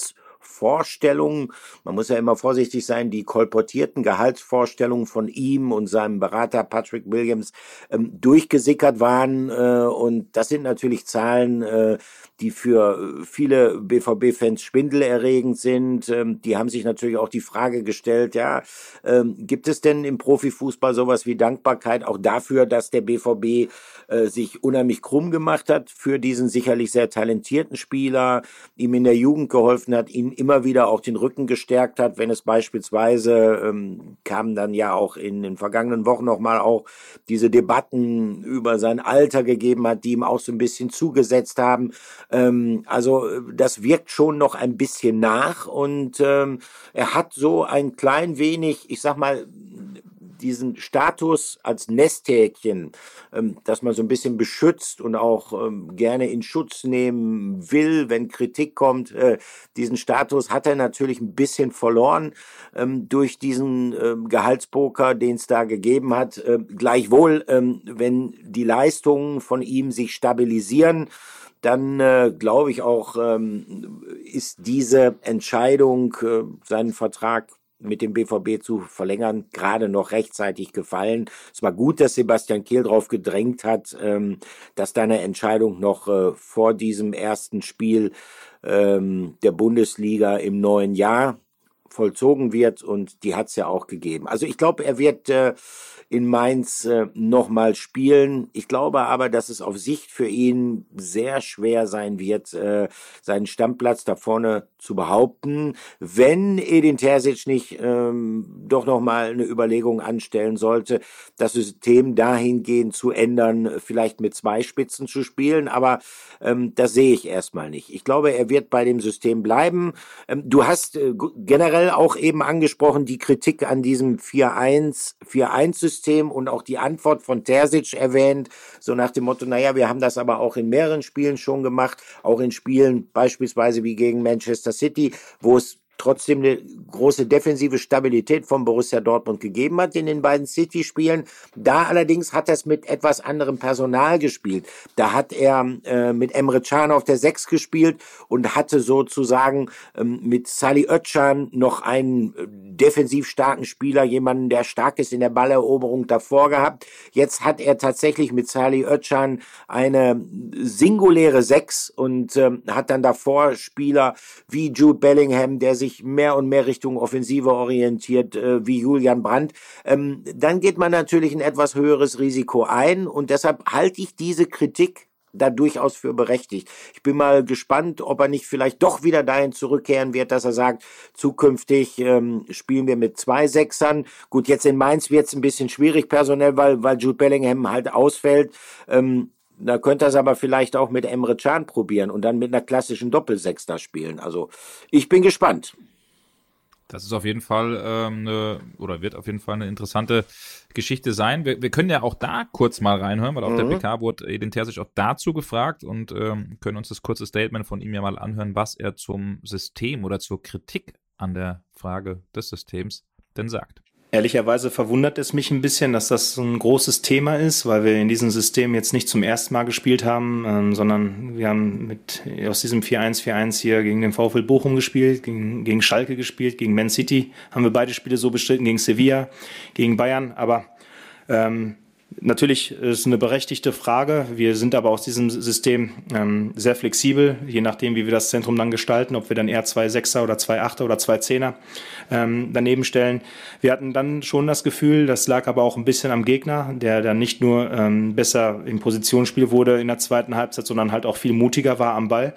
Gehaltsvorstellungen, man muss ja immer vorsichtig sein, die kolportierten Gehaltsvorstellungen von ihm und seinem Berater Patrick Williams ähm, durchgesickert waren. Äh, und das sind natürlich Zahlen, äh, die für viele B V B-Fans schwindelerregend sind. Ähm, die haben sich natürlich auch die Frage gestellt, ja, ähm, gibt es denn im Profifußball sowas wie Dankbarkeit auch dafür, dass der B V B äh, sich unheimlich krumm gemacht hat für diesen sicherlich sehr talentierten Spieler, ihm in der Jugend geholfen hat, ihn immer wieder auch den Rücken gestärkt hat, wenn es beispielsweise, ähm, kamen dann ja auch in den vergangenen Wochen nochmal auch diese Debatten über sein Alter gegeben hat, die ihm auch so ein bisschen zugesetzt haben. Ähm, also das wirkt schon noch ein bisschen nach und ähm, er hat so ein klein wenig, ich sag mal, diesen Status als Nesthäkchen, ähm, dass man so ein bisschen beschützt und auch ähm, gerne in Schutz nehmen will, wenn Kritik kommt. Äh, diesen Status hat er natürlich ein bisschen verloren ähm, durch diesen ähm, Gehaltspoker, den es da gegeben hat. Äh, gleichwohl, ähm, wenn die Leistungen von ihm sich stabilisieren, dann äh, glaube ich auch, ähm, ist diese Entscheidung, äh, seinen Vertrag mit dem B V B zu verlängern, gerade noch rechtzeitig gefallen. Es war gut, dass Sebastian Kehl drauf gedrängt hat, ähm, dass deine Entscheidung noch äh, vor diesem ersten Spiel ähm, der Bundesliga im neuen Jahr vollzogen wird und die hat es ja auch gegeben. Also ich glaube, er wird äh, in Mainz äh, nochmal spielen. Ich glaube aber, dass es auf Sicht für ihn sehr schwer sein wird, äh, seinen Stammplatz da vorne zu behaupten, wenn Edin Terzic nicht ähm, doch nochmal eine Überlegung anstellen sollte, das System dahingehend zu ändern, vielleicht mit zwei Spitzen zu spielen, aber ähm, das sehe ich erstmal nicht. Ich glaube, er wird bei dem System bleiben. Ähm, du hast äh, generell auch eben angesprochen, die Kritik an diesem vier eins System und auch die Antwort von Terzic erwähnt, so nach dem Motto, naja, wir haben das aber auch in mehreren Spielen schon gemacht, auch in Spielen beispielsweise wie gegen Manchester City, wo es trotzdem eine große defensive Stabilität von Borussia Dortmund gegeben hat in den beiden City-Spielen. Da allerdings hat er es mit etwas anderem Personal gespielt. Da hat er äh, mit Emre Can auf der sechs gespielt und hatte sozusagen ähm, mit Salih Özcan noch einen äh, defensiv starken Spieler, jemanden, der stark ist in der Balleroberung davor gehabt. Jetzt hat er tatsächlich mit Salih Özcan eine singuläre sechs und ähm, hat dann davor Spieler wie Jude Bellingham, der sich mehr und mehr Richtung Offensive orientiert, äh, wie Julian Brandt, ähm, dann geht man natürlich ein etwas höheres Risiko ein und deshalb halte ich diese Kritik da durchaus für berechtigt. Ich bin mal gespannt, ob er nicht vielleicht doch wieder dahin zurückkehren wird, dass er sagt, zukünftig ähm, spielen wir mit zwei Sechsern. Gut, jetzt in Mainz wird es ein bisschen schwierig personell, weil, weil Jude Bellingham halt ausfällt. Ähm, Da könnte er es aber vielleicht auch mit Emre Can probieren und dann mit einer klassischen Doppelsechs da spielen. Also ich bin gespannt. Das ist auf jeden Fall ähm, eine, oder wird auf jeden Fall eine interessante Geschichte sein. Wir, wir können ja auch da kurz mal reinhören, weil auf mhm. der P K wurde Edin Terzic auch dazu gefragt und ähm, können uns das kurze Statement von ihm ja mal anhören, was er zum System oder zur Kritik an der Frage des Systems denn sagt. Ehrlicherweise verwundert es mich ein bisschen, dass das ein großes Thema ist, weil wir in diesem System jetzt nicht zum ersten Mal gespielt haben, ähm, sondern wir haben mit aus diesem vier eins vier eins hier gegen den VfL Bochum gespielt, gegen, gegen Schalke gespielt, gegen Man City haben wir beide Spiele so bestritten, gegen Sevilla, gegen Bayern, aber ähm, natürlich ist eine berechtigte Frage. Wir sind aber aus diesem System ähm, sehr flexibel, je nachdem, wie wir das Zentrum dann gestalten, ob wir dann eher zwei Sechser oder zwei Achter oder zwei Zehner ähm, daneben stellen. Wir hatten dann schon das Gefühl, das lag aber auch ein bisschen am Gegner, der dann nicht nur ähm, besser im Positionsspiel wurde in der zweiten Halbzeit, sondern halt auch viel mutiger war am Ball.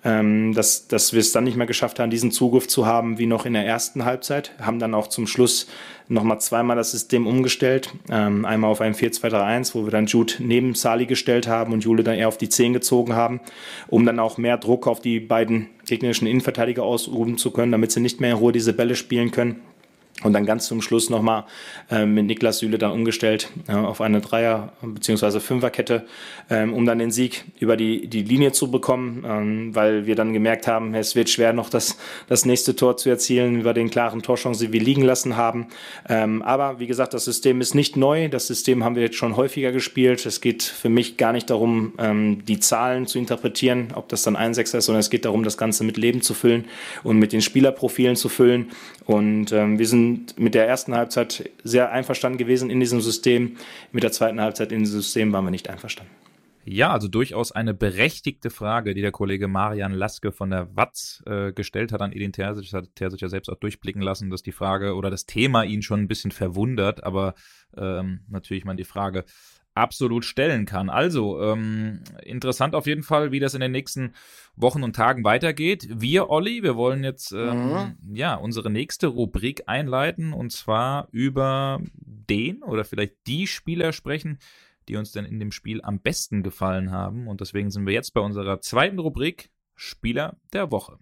ähm, dass, dass wir es dann nicht mehr geschafft haben, diesen Zugriff zu haben wie noch in der ersten Halbzeit. Haben dann auch zum Schluss nochmal zweimal das System umgestellt. Ähm, einmal auf ein vier zwei drei eins, wo wir dann Jude neben Sali gestellt haben und Jule dann eher auf die zehn gezogen haben, um dann auch mehr Druck auf die beiden gegnerischen Innenverteidiger ausüben zu können, damit sie nicht mehr in Ruhe diese Bälle spielen können. Und dann ganz zum Schluss nochmal äh, mit Niklas Süle dann umgestellt äh, auf eine Dreier- bzw. Fünferkette, ähm, um dann den Sieg über die, die Linie zu bekommen, ähm, weil wir dann gemerkt haben, es wird schwer noch das, das nächste Tor zu erzielen über den klaren Torchancen, die wir liegen lassen haben. Ähm, aber wie gesagt, das System ist nicht neu, das System haben wir jetzt schon häufiger gespielt. Es geht für mich gar nicht darum, ähm, die Zahlen zu interpretieren, ob das dann ein Sechser ist, sondern es geht darum, das Ganze mit Leben zu füllen und mit den Spielerprofilen zu füllen. Und ähm, wir sind mit der ersten Halbzeit sehr einverstanden gewesen in diesem System. Mit der zweiten Halbzeit in diesem System waren wir nicht einverstanden. Ja, also durchaus eine berechtigte Frage, die der Kollege Marian Laske von der Watz äh, gestellt hat an Edin Terzic. Das hat Terzic ja selbst auch durchblicken lassen, dass die Frage oder das Thema ihn schon ein bisschen verwundert, aber ähm, natürlich man die Frage absolut stellen kann. Also, ähm, interessant auf jeden Fall, wie das in den nächsten Wochen und Tagen weitergeht. Wir, Olli, wir wollen jetzt ähm, mhm. ja unsere nächste Rubrik einleiten und zwar über den oder vielleicht die Spieler sprechen, die uns denn in dem Spiel am besten gefallen haben. Und deswegen sind wir jetzt bei unserer zweiten Rubrik Spieler der Woche.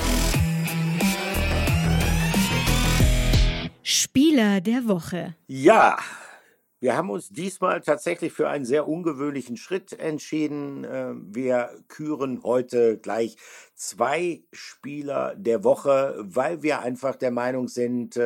Spieler der Woche. Ja, wir haben uns diesmal tatsächlich für einen sehr ungewöhnlichen Schritt entschieden. Wir küren heute gleich zwei Spieler der Woche, weil wir einfach der Meinung sind,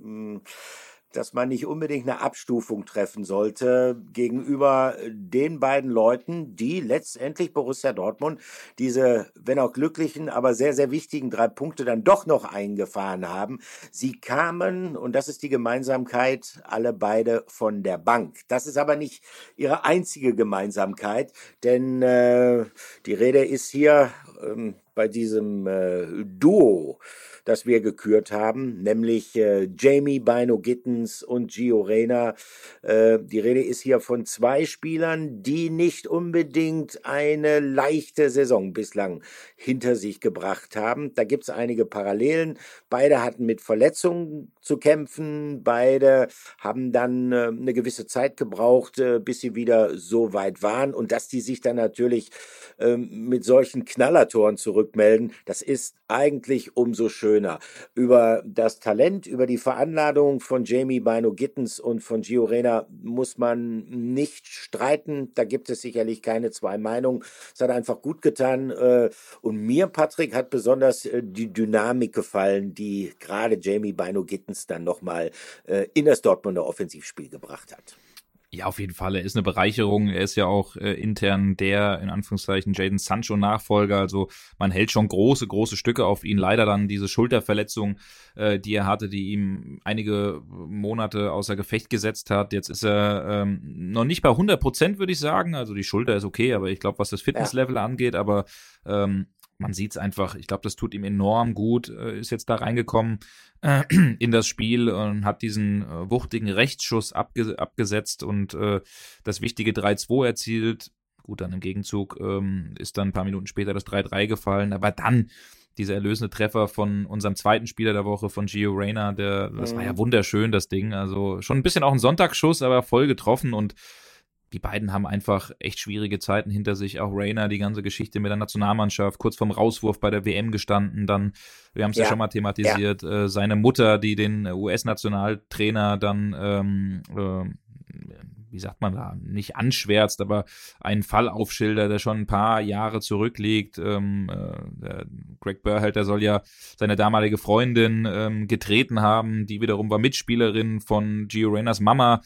dass man nicht unbedingt eine Abstufung treffen sollte gegenüber den beiden Leuten, die letztendlich Borussia Dortmund diese, wenn auch glücklichen, aber sehr, sehr wichtigen drei Punkte dann doch noch eingefahren haben. Sie kamen, und das ist die Gemeinsamkeit, alle beide von der Bank. Das ist aber nicht ihre einzige Gemeinsamkeit, denn äh, die Rede ist hier ähm, bei diesem äh, Duo, das wir gekürt haben, nämlich äh, Jamie Bynoe-Gittens und Gio Reyna. Äh, die Rede ist hier von zwei Spielern, die nicht unbedingt eine leichte Saison bislang hinter sich gebracht haben. Da gibt es einige Parallelen. Beide hatten mit Verletzungen zu kämpfen. Beide haben dann äh, eine gewisse Zeit gebraucht, äh, bis sie wieder so weit waren. Und dass die sich dann natürlich äh, mit solchen Knallertoren zurückmelden, das ist eigentlich umso schöner. Über das Talent, über die Veranlagung von Jamie Bynoe-Gittens und von Gio Reyna muss man nicht streiten. Da gibt es sicherlich keine zwei Meinungen. Es hat einfach gut getan. Und mir, Patrick, hat besonders die Dynamik gefallen, die gerade Jamie Bynoe-Gittens dann nochmal in das Dortmunder Offensivspiel gebracht hat. Ja, auf jeden Fall. Er ist eine Bereicherung. Er ist ja auch äh, intern der, in Anführungszeichen, Jadon Sancho-Nachfolger. Also man hält schon große, große Stücke auf ihn. Leider dann diese Schulterverletzung, äh, die er hatte, die ihm einige Monate außer Gefecht gesetzt hat. Jetzt ist er ähm, noch nicht bei hundert Prozent, würde ich sagen. Also die Schulter ist okay, aber ich glaube, was das Fitnesslevel ja. angeht, aber ähm, man sieht es einfach, ich glaube, das tut ihm enorm gut, äh, ist jetzt da reingekommen äh, in das Spiel und hat diesen äh, wuchtigen Rechtsschuss abge- abgesetzt und äh, das wichtige drei zwei erzielt. Gut, dann im Gegenzug ähm, ist dann ein paar Minuten später das drei drei gefallen, aber dann dieser erlösende Treffer von unserem zweiten Spieler der Woche, von Gio Reyna, der, das mhm. war ja wunderschön, das Ding, also schon ein bisschen auch ein Sonntagsschuss, aber voll getroffen und die beiden haben einfach echt schwierige Zeiten hinter sich. Auch Reyna, die ganze Geschichte mit der Nationalmannschaft, kurz vorm Rauswurf bei der W M gestanden. Dann, wir haben es ja. ja schon mal thematisiert, ja. äh, seine Mutter, die den U S-Nationaltrainer dann, ähm, äh, wie sagt man da, nicht anschwärzt, aber einen Fall aufschildert, der schon ein paar Jahre zurückliegt. Ähm, äh, der Greg Berhalter soll ja seine damalige Freundin ähm, getreten haben, die wiederum war Mitspielerin von Gio Reynas Mama.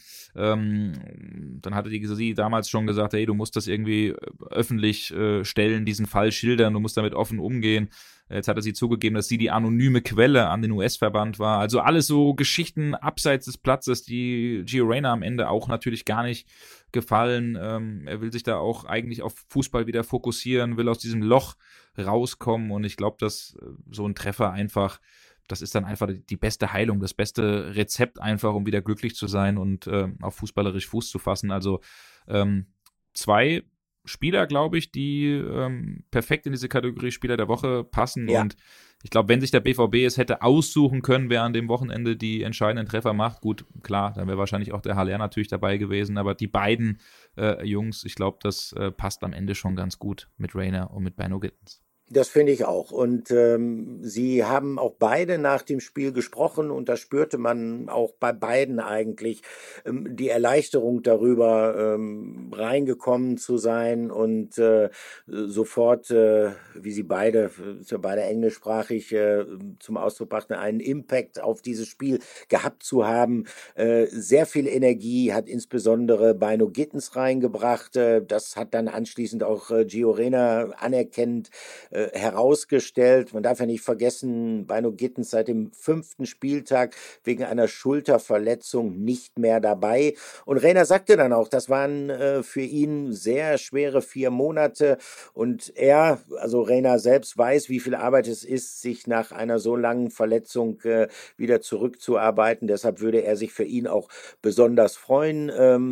Ähm, dann hatte die sie damals schon gesagt, hey, du musst das irgendwie öffentlich äh, stellen, diesen Fall schildern, du musst damit offen umgehen. Jetzt hat er sie zugegeben, dass sie die anonyme Quelle an den U S-Verband war. Also alles so Geschichten abseits des Platzes, die Gio Reyna am Ende auch natürlich gar nicht gefallen. Ähm, er will sich da auch eigentlich auf Fußball wieder fokussieren, will aus diesem Loch rauskommen. Und ich glaube, dass so ein Treffer einfach, das ist dann einfach die beste Heilung, das beste Rezept einfach, um wieder glücklich zu sein und äh, auf fußballerisch Fuß zu fassen. Also ähm, zwei Spieler, glaube ich, die ähm, perfekt in diese Kategorie Spieler der Woche passen. Ja. Und ich glaube, wenn sich der B V B es hätte aussuchen können, wer an dem Wochenende die entscheidenden Treffer macht, gut, klar, dann wäre wahrscheinlich auch der Haller natürlich dabei gewesen. Aber die beiden äh, Jungs, ich glaube, das äh, passt am Ende schon ganz gut mit Rainer und mit Benno Gittens. Das finde ich auch. Und ähm, sie haben auch beide nach dem Spiel gesprochen und da spürte man auch bei beiden eigentlich ähm, die Erleichterung darüber, ähm, reingekommen zu sein und äh, sofort, äh, wie sie beide, äh, beide englischsprachig äh, zum Ausdruck brachten, einen Impact auf dieses Spiel gehabt zu haben. Äh, sehr viel Energie hat insbesondere Benno Gittens reingebracht. Äh, das hat dann anschließend auch äh, Gio Reyna anerkennend herausgestellt. Man darf ja nicht vergessen, Benno Gittens seit dem fünften Spieltag wegen einer Schulterverletzung nicht mehr dabei. Und Reyna sagte dann auch, das waren äh, für ihn sehr schwere vier Monate. Und er, also Reyna selbst, weiß, wie viel Arbeit es ist, sich nach einer so langen Verletzung äh, wieder zurückzuarbeiten. Deshalb würde er sich für ihn auch besonders freuen.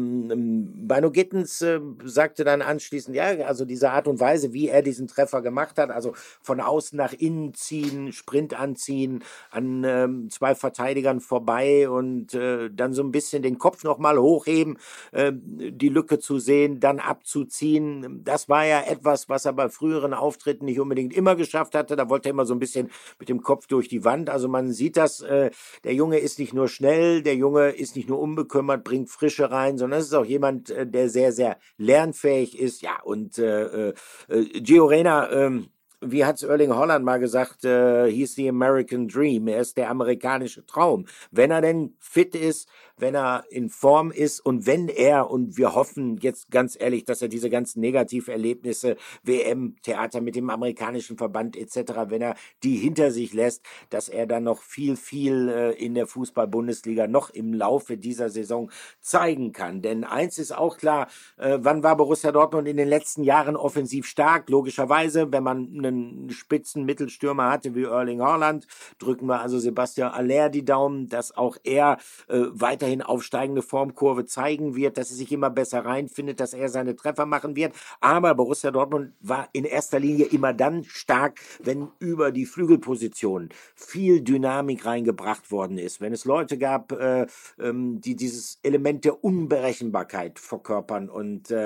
Ähm, Benno Gittens äh, sagte dann anschließend, ja, also diese Art und Weise, wie er diesen Treffer gemacht hat, also von außen nach innen ziehen, Sprint anziehen, an ähm, zwei Verteidigern vorbei und äh, dann so ein bisschen den Kopf nochmal hochheben, äh, die Lücke zu sehen, dann abzuziehen. Das war ja etwas, was er bei früheren Auftritten nicht unbedingt immer geschafft hatte. Da wollte er immer so ein bisschen mit dem Kopf durch die Wand. Also man sieht das, äh, der Junge ist nicht nur schnell, der Junge ist nicht nur unbekümmert, bringt Frische rein, sondern es ist auch jemand, äh, der sehr, sehr lernfähig ist. Ja, und äh, äh, Gio Reyna, ähm, wie hat's Erling Haaland mal gesagt, äh, he's the American Dream, er ist der amerikanische Traum. Wenn er denn fit ist, wenn er in Form ist und wenn er, und wir hoffen jetzt ganz ehrlich, dass er diese ganzen Negativerlebnisse, W M-Theater mit dem amerikanischen Verband et cetera, wenn er die hinter sich lässt, dass er dann noch viel, viel äh, in der Fußball-Bundesliga noch im Laufe dieser Saison zeigen kann. Denn eins ist auch klar, äh, wann war Borussia Dortmund in den letzten Jahren offensiv stark? Logischerweise, wenn man einen spitzen Mittelstürmer hatte wie Erling Haaland, drücken wir also Sebastian Haller die Daumen, dass auch er äh, weiter weiterhin aufsteigende Formkurve zeigen wird, dass er sich immer besser reinfindet, dass er seine Treffer machen wird. Aber Borussia Dortmund war in erster Linie immer dann stark, wenn über die Flügelpositionen viel Dynamik reingebracht worden ist. Wenn es Leute gab, äh, ähm, die dieses Element der Unberechenbarkeit verkörpern. Und äh,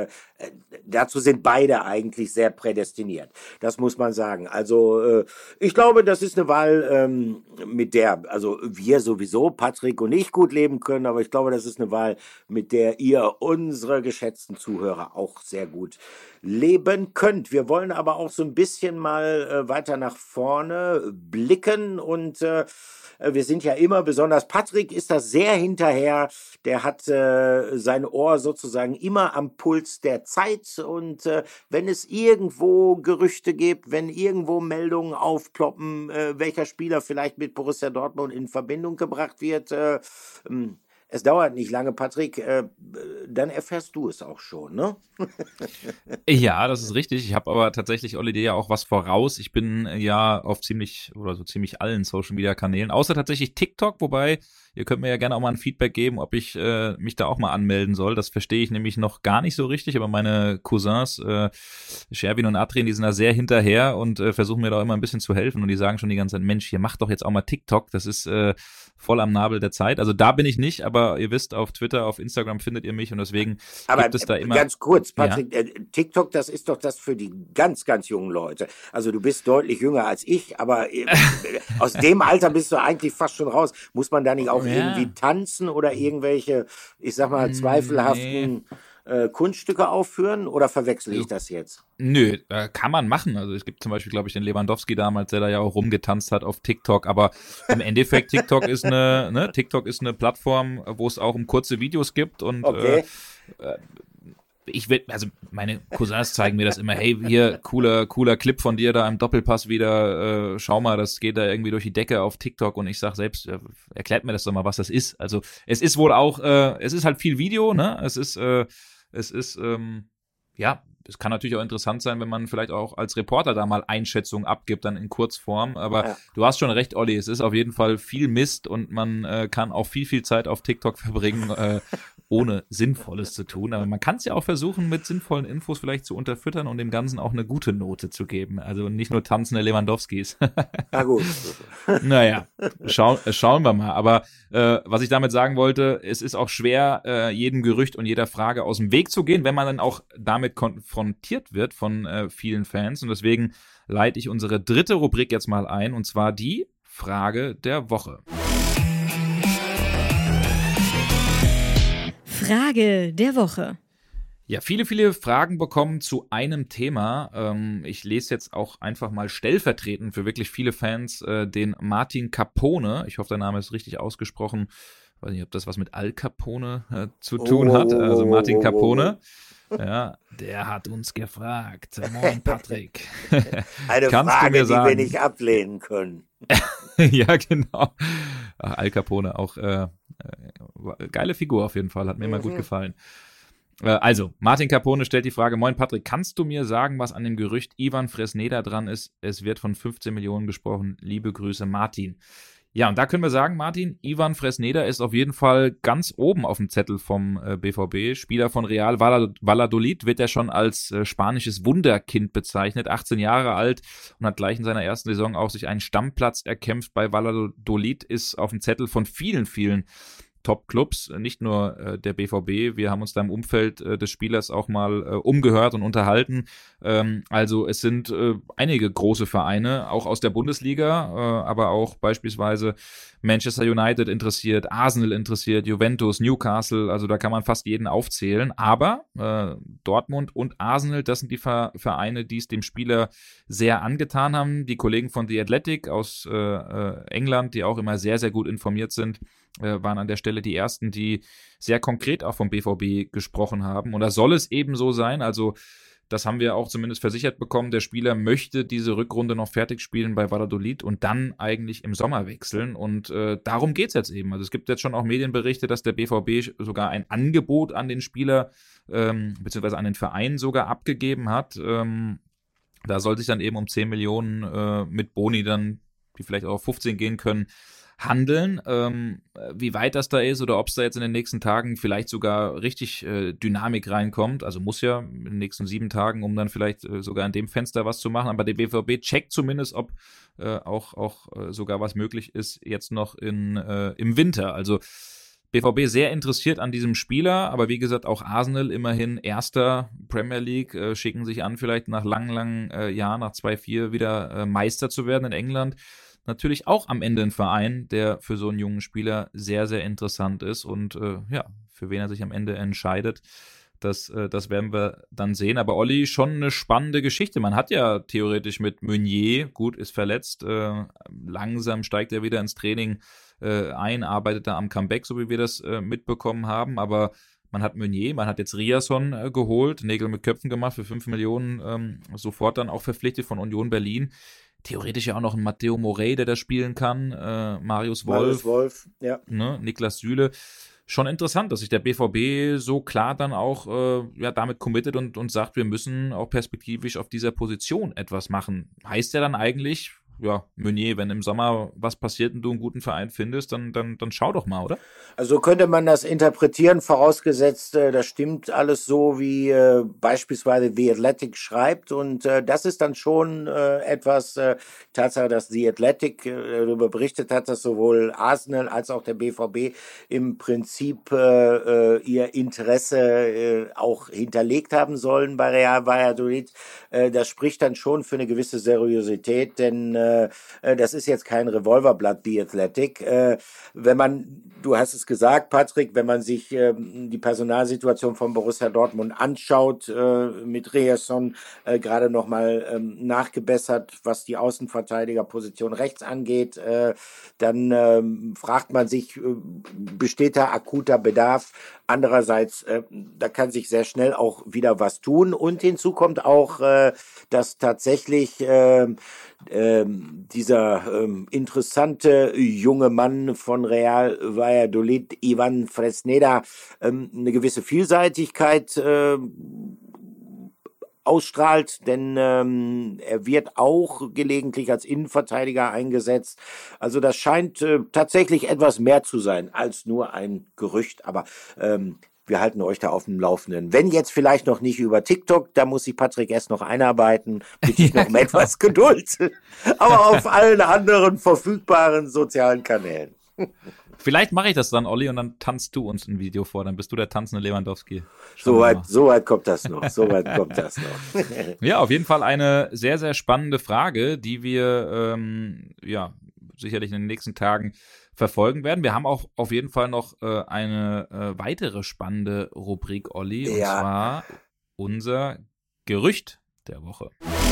dazu sind beide eigentlich sehr prädestiniert. Das muss man sagen. Also äh, ich glaube, das ist eine Wahl, ähm, mit der also wir sowieso, Patrick und ich, gut leben können. Aber ich glaube, das ist eine Wahl, mit der ihr, unsere geschätzten Zuhörer, auch sehr gut leben könnt. Wir wollen aber auch so ein bisschen mal äh, weiter nach vorne blicken und äh, wir sind ja immer, besonders Patrick ist das sehr hinterher, der hat äh, sein Ohr sozusagen immer am Puls der Zeit und äh, wenn es irgendwo Gerüchte gibt, wenn irgendwo Meldungen aufploppen, äh, welcher Spieler vielleicht mit Borussia Dortmund in Verbindung gebracht wird, äh, es dauert nicht lange, Patrick, äh, dann erfährst du es auch schon, ne? Ja, das ist richtig. Ich habe aber tatsächlich, Olli, dir ja auch was voraus. Ich bin ja auf ziemlich oder so ziemlich allen Social-Media-Kanälen, außer tatsächlich TikTok, wobei ihr könnt mir ja gerne auch mal ein Feedback geben, ob ich äh, mich da auch mal anmelden soll. Das verstehe ich nämlich noch gar nicht so richtig, aber meine Cousins, äh, Sherwin und Adrien, die sind da sehr hinterher und äh, versuchen mir da immer ein bisschen zu helfen und die sagen schon die ganze Zeit, Mensch, hier macht doch jetzt auch mal TikTok, das ist äh, voll am Nabel der Zeit. Also da bin ich nicht, aber ihr wisst, auf Twitter, auf Instagram findet ihr mich und deswegen aber gibt es da immer... Ganz kurz, Patrick, ja. äh, TikTok, das ist doch das für die ganz, ganz jungen Leute. Also du bist deutlich jünger als ich, aber äh, aus dem Alter bist du eigentlich fast schon raus. Muss man da nicht auch ja. irgendwie tanzen oder irgendwelche, ich sag mal, zweifelhaften... Nee. Kunststücke aufführen oder verwechsel ich das jetzt? Nö, äh, kann man machen. Also es gibt zum Beispiel, glaube ich, den Lewandowski damals, der da ja auch rumgetanzt hat auf TikTok, aber im Endeffekt TikTok ist eine, ne, TikTok ist eine Plattform, wo es auch um kurze Videos gibt und okay. äh, ich will, also meine Cousins zeigen mir das immer, hey, hier, cooler, cooler Clip von dir da im Doppelpass wieder, äh, schau mal, das geht da irgendwie durch die Decke auf TikTok und ich sag selbst, äh, erklärt mir das doch mal, was das ist. Also es ist wohl auch, äh, es ist halt viel Video, ne, es ist, äh, es ist, ähm, ja, es kann natürlich auch interessant sein, wenn man vielleicht auch als Reporter da mal Einschätzungen abgibt, dann in Kurzform. Aber ja. Du hast schon recht, Olli, es ist auf jeden Fall viel Mist und man äh, kann auch viel, viel Zeit auf TikTok verbringen, äh, ohne Sinnvolles zu tun. Aber man kann es ja auch versuchen, mit sinnvollen Infos vielleicht zu unterfüttern und dem Ganzen auch eine gute Note zu geben. Also nicht nur tanzende Lewandowskis. Na gut. Naja, schau, schauen wir mal. Aber äh, was ich damit sagen wollte, es ist auch schwer, äh, jedem Gerücht und jeder Frage aus dem Weg zu gehen, wenn man dann auch damit konfrontiert wird von äh, vielen Fans. Und deswegen leite ich unsere dritte Rubrik jetzt mal ein, und zwar die Frage der Woche. Frage der Woche. Ja, viele, viele Fragen bekommen zu einem Thema. Ähm, ich lese jetzt auch einfach mal stellvertretend für wirklich viele Fans äh, den Martin Capone. Ich hoffe, der Name ist richtig ausgesprochen. Ich weiß nicht, ob das was mit Al Capone äh, zu tun hat. Also Martin Capone. Ja, der hat uns gefragt. Moin, Patrick. Eine Kannst Frage, du mir sagen, die wir nicht ablehnen können. Ja, genau. Ach, Al Capone, auch äh, äh, geile Figur auf jeden Fall. Hat mir mhm. immer gut gefallen. Äh, also, Martin Capone stellt die Frage: Moin, Patrick, kannst du mir sagen, was an dem Gerücht Ivan Fresneda dran ist? Es wird von fünfzehn Millionen gesprochen. Liebe Grüße, Martin. Ja, und da können wir sagen, Martin, Ivan Fresneda ist auf jeden Fall ganz oben auf dem Zettel vom äh, B V B. Spieler von Real Valladolid, wird er schon als äh, spanisches Wunderkind bezeichnet. achtzehn Jahre alt und hat gleich in seiner ersten Saison auch sich einen Stammplatz erkämpft bei Valladolid, ist auf dem Zettel von vielen, vielen Top-Clubs, nicht nur äh, der B V B. Wir haben uns da im Umfeld äh, des Spielers auch mal äh, umgehört und unterhalten. Ähm, also es sind äh, einige große Vereine, auch aus der Bundesliga, äh, aber auch beispielsweise Manchester United interessiert, Arsenal interessiert, Juventus, Newcastle, also da kann man fast jeden aufzählen. Aber äh, Dortmund und Arsenal, das sind die Ver- Vereine, die es dem Spieler sehr angetan haben. Die Kollegen von The Athletic aus äh, äh, England, die auch immer sehr, sehr gut informiert sind, äh, waren an der Stelle die ersten, die sehr konkret auch vom B V B gesprochen haben. Und da soll es eben so sein, also das haben wir auch zumindest versichert bekommen, der Spieler möchte diese Rückrunde noch fertig spielen bei Valladolid und dann eigentlich im Sommer wechseln. Und äh, darum geht's jetzt eben. Also es gibt jetzt schon auch Medienberichte, dass der B V B sogar ein Angebot an den Spieler ähm, beziehungsweise an den Verein sogar abgegeben hat. Ähm, da soll sich dann eben um zehn Millionen äh, mit Boni dann, die vielleicht auch auf fünfzehn gehen können, handeln. Ähm, wie weit das da ist oder ob es da jetzt in den nächsten Tagen vielleicht sogar richtig äh, Dynamik reinkommt, also muss ja in den nächsten sieben Tagen, um dann vielleicht äh, sogar in dem Fenster was zu machen, aber der B V B checkt zumindest, ob äh, auch, auch äh, sogar was möglich ist jetzt noch in, äh, im Winter. Also B V B sehr interessiert an diesem Spieler, aber wie gesagt auch Arsenal immerhin erster Premier League, äh, schicken sich an, vielleicht nach langen, langen äh, Jahren, nach zwei vier wieder äh, Meister zu werden in England. Natürlich auch am Ende ein Verein, der für so einen jungen Spieler sehr, sehr interessant ist und äh, ja, für wen er sich am Ende entscheidet, das, äh, das werden wir dann sehen. Aber Olli, schon eine spannende Geschichte. Man hat ja theoretisch mit Meunier, gut, ist verletzt, äh, langsam steigt er wieder ins Training äh, ein, arbeitet da am Comeback, so wie wir das äh, mitbekommen haben, aber man hat Meunier, man hat jetzt Riasson äh, geholt, Nägel mit Köpfen gemacht für fünf Millionen, ähm, sofort dann auch verpflichtet von Union Berlin. Theoretisch ja auch noch ein Matteo Morey, der da spielen kann, äh, Marius Wolf, Marius Wolf, ja. Ne, Niklas Süle. Schon interessant, dass sich der B V B so klar dann auch äh, ja, damit committet und, und sagt, wir müssen auch perspektivisch auf dieser Position etwas machen. Heißt ja dann eigentlich, ja, Meunier, wenn im Sommer was passiert und du einen guten Verein findest, dann, dann, dann schau doch mal, oder? Also könnte man das interpretieren, vorausgesetzt, äh, das stimmt alles so, wie äh, beispielsweise The Athletic schreibt. Und äh, das ist dann schon äh, etwas, äh, Tatsache, dass The Athletic äh, darüber berichtet hat, dass sowohl Arsenal als auch der B V B im Prinzip äh, ihr Interesse äh, auch hinterlegt haben sollen bei Real Valladolid. Äh, das spricht dann schon für eine gewisse Seriosität, denn äh, das ist jetzt kein Revolverblatt, The Athletic. Äh, wenn man, du hast es gesagt, Patrick, wenn man sich äh, die Personalsituation von Borussia Dortmund anschaut, äh, mit Riasson äh, gerade nochmal ähm, nachgebessert, was die Außenverteidigerposition rechts angeht, äh, dann äh, fragt man sich, äh, besteht da akuter Bedarf? Andererseits, äh, da kann sich sehr schnell auch wieder was tun. Und hinzu kommt auch, äh, dass tatsächlich äh, äh, dieser äh, interessante junge Mann von Real Valladolid, Ivan Fresneda, äh, eine gewisse Vielseitigkeit äh, ausstrahlt, denn ähm, er wird auch gelegentlich als Innenverteidiger eingesetzt. Also das scheint äh, tatsächlich etwas mehr zu sein als nur ein Gerücht, aber ähm, wir halten euch da auf dem Laufenden. Wenn jetzt vielleicht noch nicht über TikTok, da muss sich Patrick erst noch einarbeiten, bitte ich Ja, noch um genau. etwas Geduld, aber auf allen anderen verfügbaren sozialen Kanälen. Vielleicht mache ich das dann, Olli, und dann tanzt du uns ein Video vor. Dann bist du der tanzende Lewandowski. Schauen So wir weit, mal. so weit kommt das noch, so weit kommt das noch. Ja, auf jeden Fall eine sehr, sehr spannende Frage, die wir ähm, ja sicherlich in den nächsten Tagen verfolgen werden. Wir haben auch auf jeden Fall noch äh, eine äh, weitere spannende Rubrik, Olli, und Ja. zwar unser Gerücht der Woche.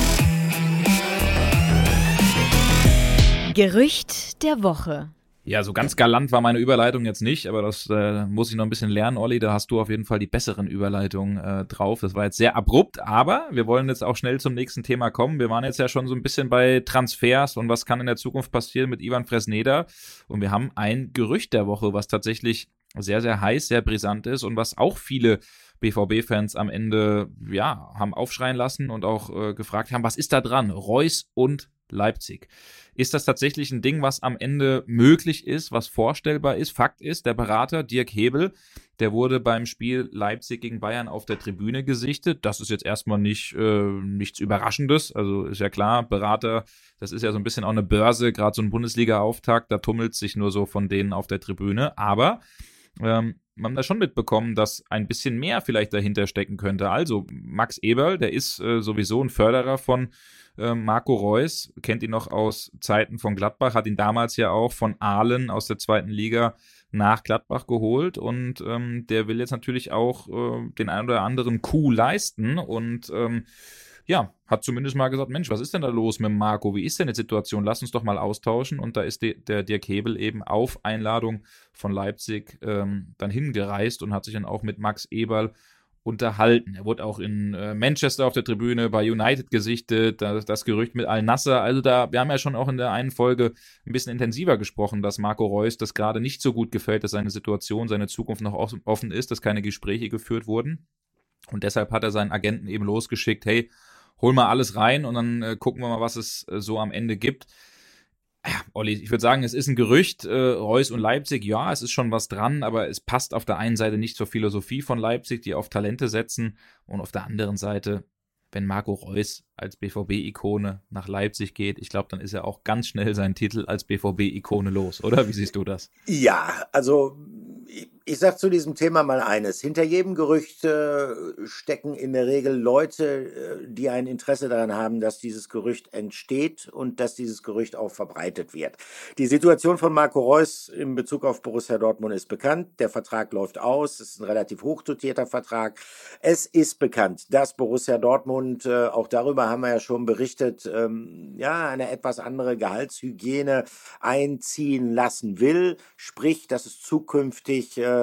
Gerücht der Woche. Ja, so ganz galant war meine Überleitung jetzt nicht, aber das äh, muss ich noch ein bisschen lernen, Olli. Da hast du auf jeden Fall die besseren Überleitungen äh, drauf. Das war jetzt sehr abrupt, aber wir wollen jetzt auch schnell zum nächsten Thema kommen. Wir waren jetzt ja schon so ein bisschen bei Transfers und was kann in der Zukunft passieren mit Ivan Fresneda. Und wir haben ein Gerücht der Woche, was tatsächlich sehr, sehr heiß, sehr brisant ist und was auch viele B V B-Fans am Ende, ja, haben aufschreien lassen und auch äh, gefragt haben, was ist da dran? Reus und Leipzig. Ist das tatsächlich ein Ding, was am Ende möglich ist, was vorstellbar ist? Fakt ist, der Berater Dirk Hebel, der wurde beim Spiel Leipzig gegen Bayern auf der Tribüne gesichtet. Das ist jetzt erstmal nicht äh, nichts Überraschendes. Also ist ja klar, Berater, das ist ja so ein bisschen auch eine Börse, gerade so ein Bundesliga-Auftakt, da tummelt sich nur so von denen auf der Tribüne. Aber ähm, man hat da schon mitbekommen, dass ein bisschen mehr vielleicht dahinter stecken könnte. Also Max Eberl, der ist äh, sowieso ein Förderer von äh, Marco Reus, kennt ihn noch aus Zeiten von Gladbach, hat ihn damals ja auch von Aalen aus der zweiten Liga nach Gladbach geholt und ähm, der will jetzt natürlich auch äh, den ein oder anderen Coup leisten und ähm, ja, hat zumindest mal gesagt, Mensch, was ist denn da los mit Marco? Wie ist denn die Situation? Lass uns doch mal austauschen. Und da ist die, der Dirk Hebel eben auf Einladung von Leipzig ähm, dann hingereist und hat sich dann auch mit Max Eberl unterhalten. Er wurde auch in äh, Manchester auf der Tribüne bei United gesichtet, das, das Gerücht mit Al-Nassr. Also da, wir haben ja schon auch in der einen Folge ein bisschen intensiver gesprochen, dass Marco Reus das gerade nicht so gut gefällt, dass seine Situation, seine Zukunft noch offen ist, dass keine Gespräche geführt wurden. Und deshalb hat er seinen Agenten eben losgeschickt, hey, hol mal alles rein und dann äh, gucken wir mal, was es äh, so am Ende gibt. Ja, Olli, ich würde sagen, es ist ein Gerücht, äh, Reus und Leipzig, ja, es ist schon was dran, aber es passt auf der einen Seite nicht zur Philosophie von Leipzig, die auf Talente setzen, und auf der anderen Seite, wenn Marco Reus als B V B-Ikone nach Leipzig geht, ich glaube, dann ist er auch ganz schnell seinen Titel als B V B-Ikone los, oder? Wie siehst du das? Ja, also ich, ich sag zu diesem Thema mal eines. Hinter jedem Gerücht äh, stecken in der Regel Leute, äh, die ein Interesse daran haben, dass dieses Gerücht entsteht und dass dieses Gerücht auch verbreitet wird. Die Situation von Marco Reus in Bezug auf Borussia Dortmund ist bekannt. Der Vertrag läuft aus. Es ist ein relativ hochdotierter Vertrag. Es ist bekannt, dass Borussia Dortmund, äh, auch darüber haben wir ja schon berichtet, ähm, ja, eine etwas andere Gehaltshygiene einziehen lassen will. Sprich, dass es zukünftig äh,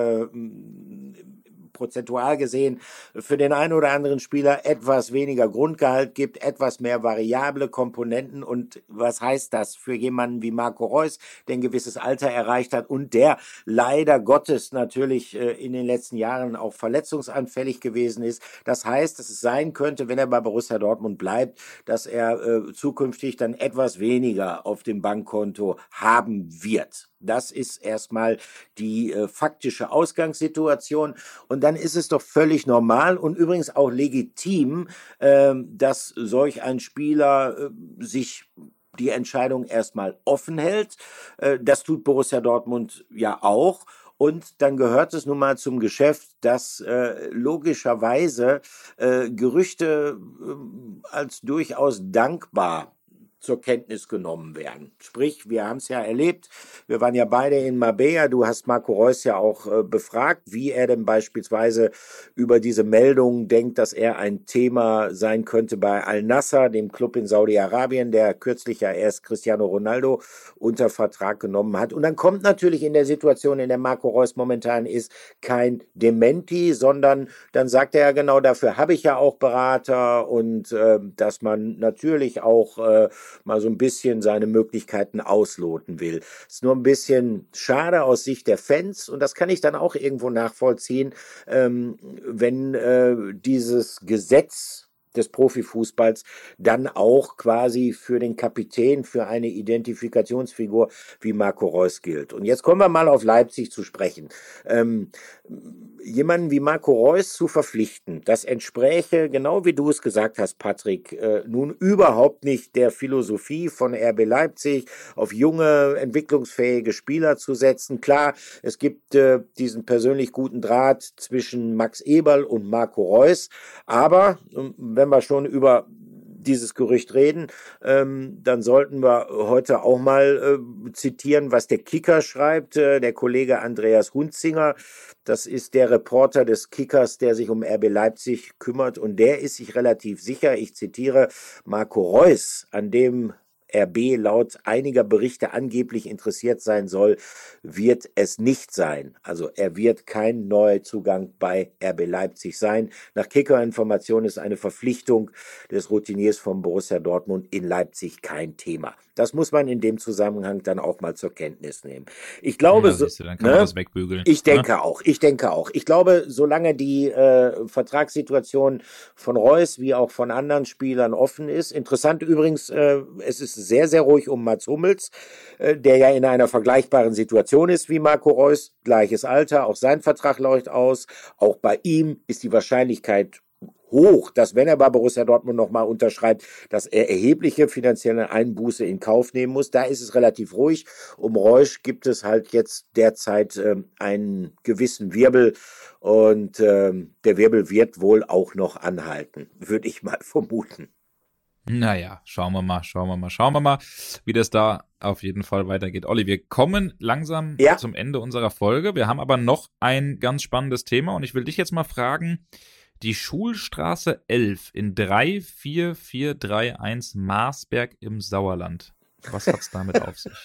prozentual gesehen für den einen oder anderen Spieler etwas weniger Grundgehalt gibt, etwas mehr variable Komponenten. Und was heißt das für jemanden wie Marco Reus, der ein gewisses Alter erreicht hat und der leider Gottes natürlich äh, in den letzten Jahren auch verletzungsanfällig gewesen ist? Das heißt, dass es sein könnte, wenn er bei Borussia Dortmund bleibt, dass er äh, zukünftig dann etwas weniger auf dem Bankkonto haben wird. Das ist erstmal die äh, faktische Ausgangssituation. Und dann ist es doch völlig normal und übrigens auch legitim, äh, dass solch ein Spieler äh, sich die Entscheidung erstmal offen hält. Äh, das tut Borussia Dortmund ja auch. Und dann gehört es nun mal zum Geschäft, dass äh, logischerweise äh, Gerüchte äh, als durchaus dankbar zur Kenntnis genommen werden. Sprich, wir haben es ja erlebt, wir waren ja beide in Marbella, du hast Marco Reus ja auch äh, befragt, wie er denn beispielsweise über diese Meldung denkt, dass er ein Thema sein könnte bei Al-Nassr, dem Club in Saudi-Arabien, der kürzlich ja erst Cristiano Ronaldo unter Vertrag genommen hat. Und dann kommt natürlich in der Situation, in der Marco Reus momentan ist, kein Dementi, sondern dann sagt er ja genau, dafür habe ich ja auch Berater und äh, dass man natürlich auch äh, mal so ein bisschen seine Möglichkeiten ausloten will. Ist nur ein bisschen schade aus Sicht der Fans und das kann ich dann auch irgendwo nachvollziehen, ähm, wenn äh, dieses Gesetz des Profifußballs dann auch quasi für den Kapitän, für eine Identifikationsfigur wie Marco Reus gilt. Und jetzt kommen wir mal auf Leipzig zu sprechen. Ähm, jemanden wie Marco Reus zu verpflichten, das entspräche, genau wie du es gesagt hast, Patrick, äh, nun überhaupt nicht der Philosophie von R B Leipzig, auf junge, entwicklungsfähige Spieler zu setzen. Klar, es gibt äh, diesen persönlich guten Draht zwischen Max Eberl und Marco Reus, aber wenn wir schon über dieses Gerücht reden, ähm, dann sollten wir heute auch mal äh, zitieren, was der Kicker schreibt, äh, der Kollege Andreas Hunzinger. Das ist der Reporter des Kickers, der sich um R B Leipzig kümmert, und der ist sich relativ sicher, ich zitiere, Marco Reus, an dem R B laut einiger Berichte angeblich interessiert sein soll, wird es nicht sein. Also er wird kein Neuzugang bei R B Leipzig sein. Nach Kicker-Informationen ist eine Verpflichtung des Routiniers von Borussia Dortmund in Leipzig kein Thema. Das muss man in dem Zusammenhang dann auch mal zur Kenntnis nehmen. Ich glaube, ja, so, du, dann kann man ne? das wegbügeln. Ich denke ja? auch, ich denke auch. Ich glaube, solange die äh, Vertragssituation von Reus wie auch von anderen Spielern offen ist. Interessant übrigens, äh, es ist sehr, sehr ruhig um Mats Hummels, äh, der ja in einer vergleichbaren Situation ist wie Marco Reus. Gleiches Alter, auch sein Vertrag läuft aus. Auch bei ihm ist die Wahrscheinlichkeit hoch, dass, wenn er bei Borussia Dortmund nochmal unterschreibt, dass er erhebliche finanzielle Einbuße in Kauf nehmen muss. Da ist es relativ ruhig. Um Reus gibt es halt jetzt derzeit ähm, einen gewissen Wirbel, und ähm, der Wirbel wird wohl auch noch anhalten, würde ich mal vermuten. Naja, schauen wir mal, schauen wir mal, schauen wir mal, wie das da auf jeden Fall weitergeht. Olli, wir kommen langsam ja. zum Ende unserer Folge. Wir haben aber noch ein ganz spannendes Thema, und ich will dich jetzt mal fragen: Die Schulstraße elf in drei vier vier drei eins Marsberg im Sauerland. Was hat's damit auf sich?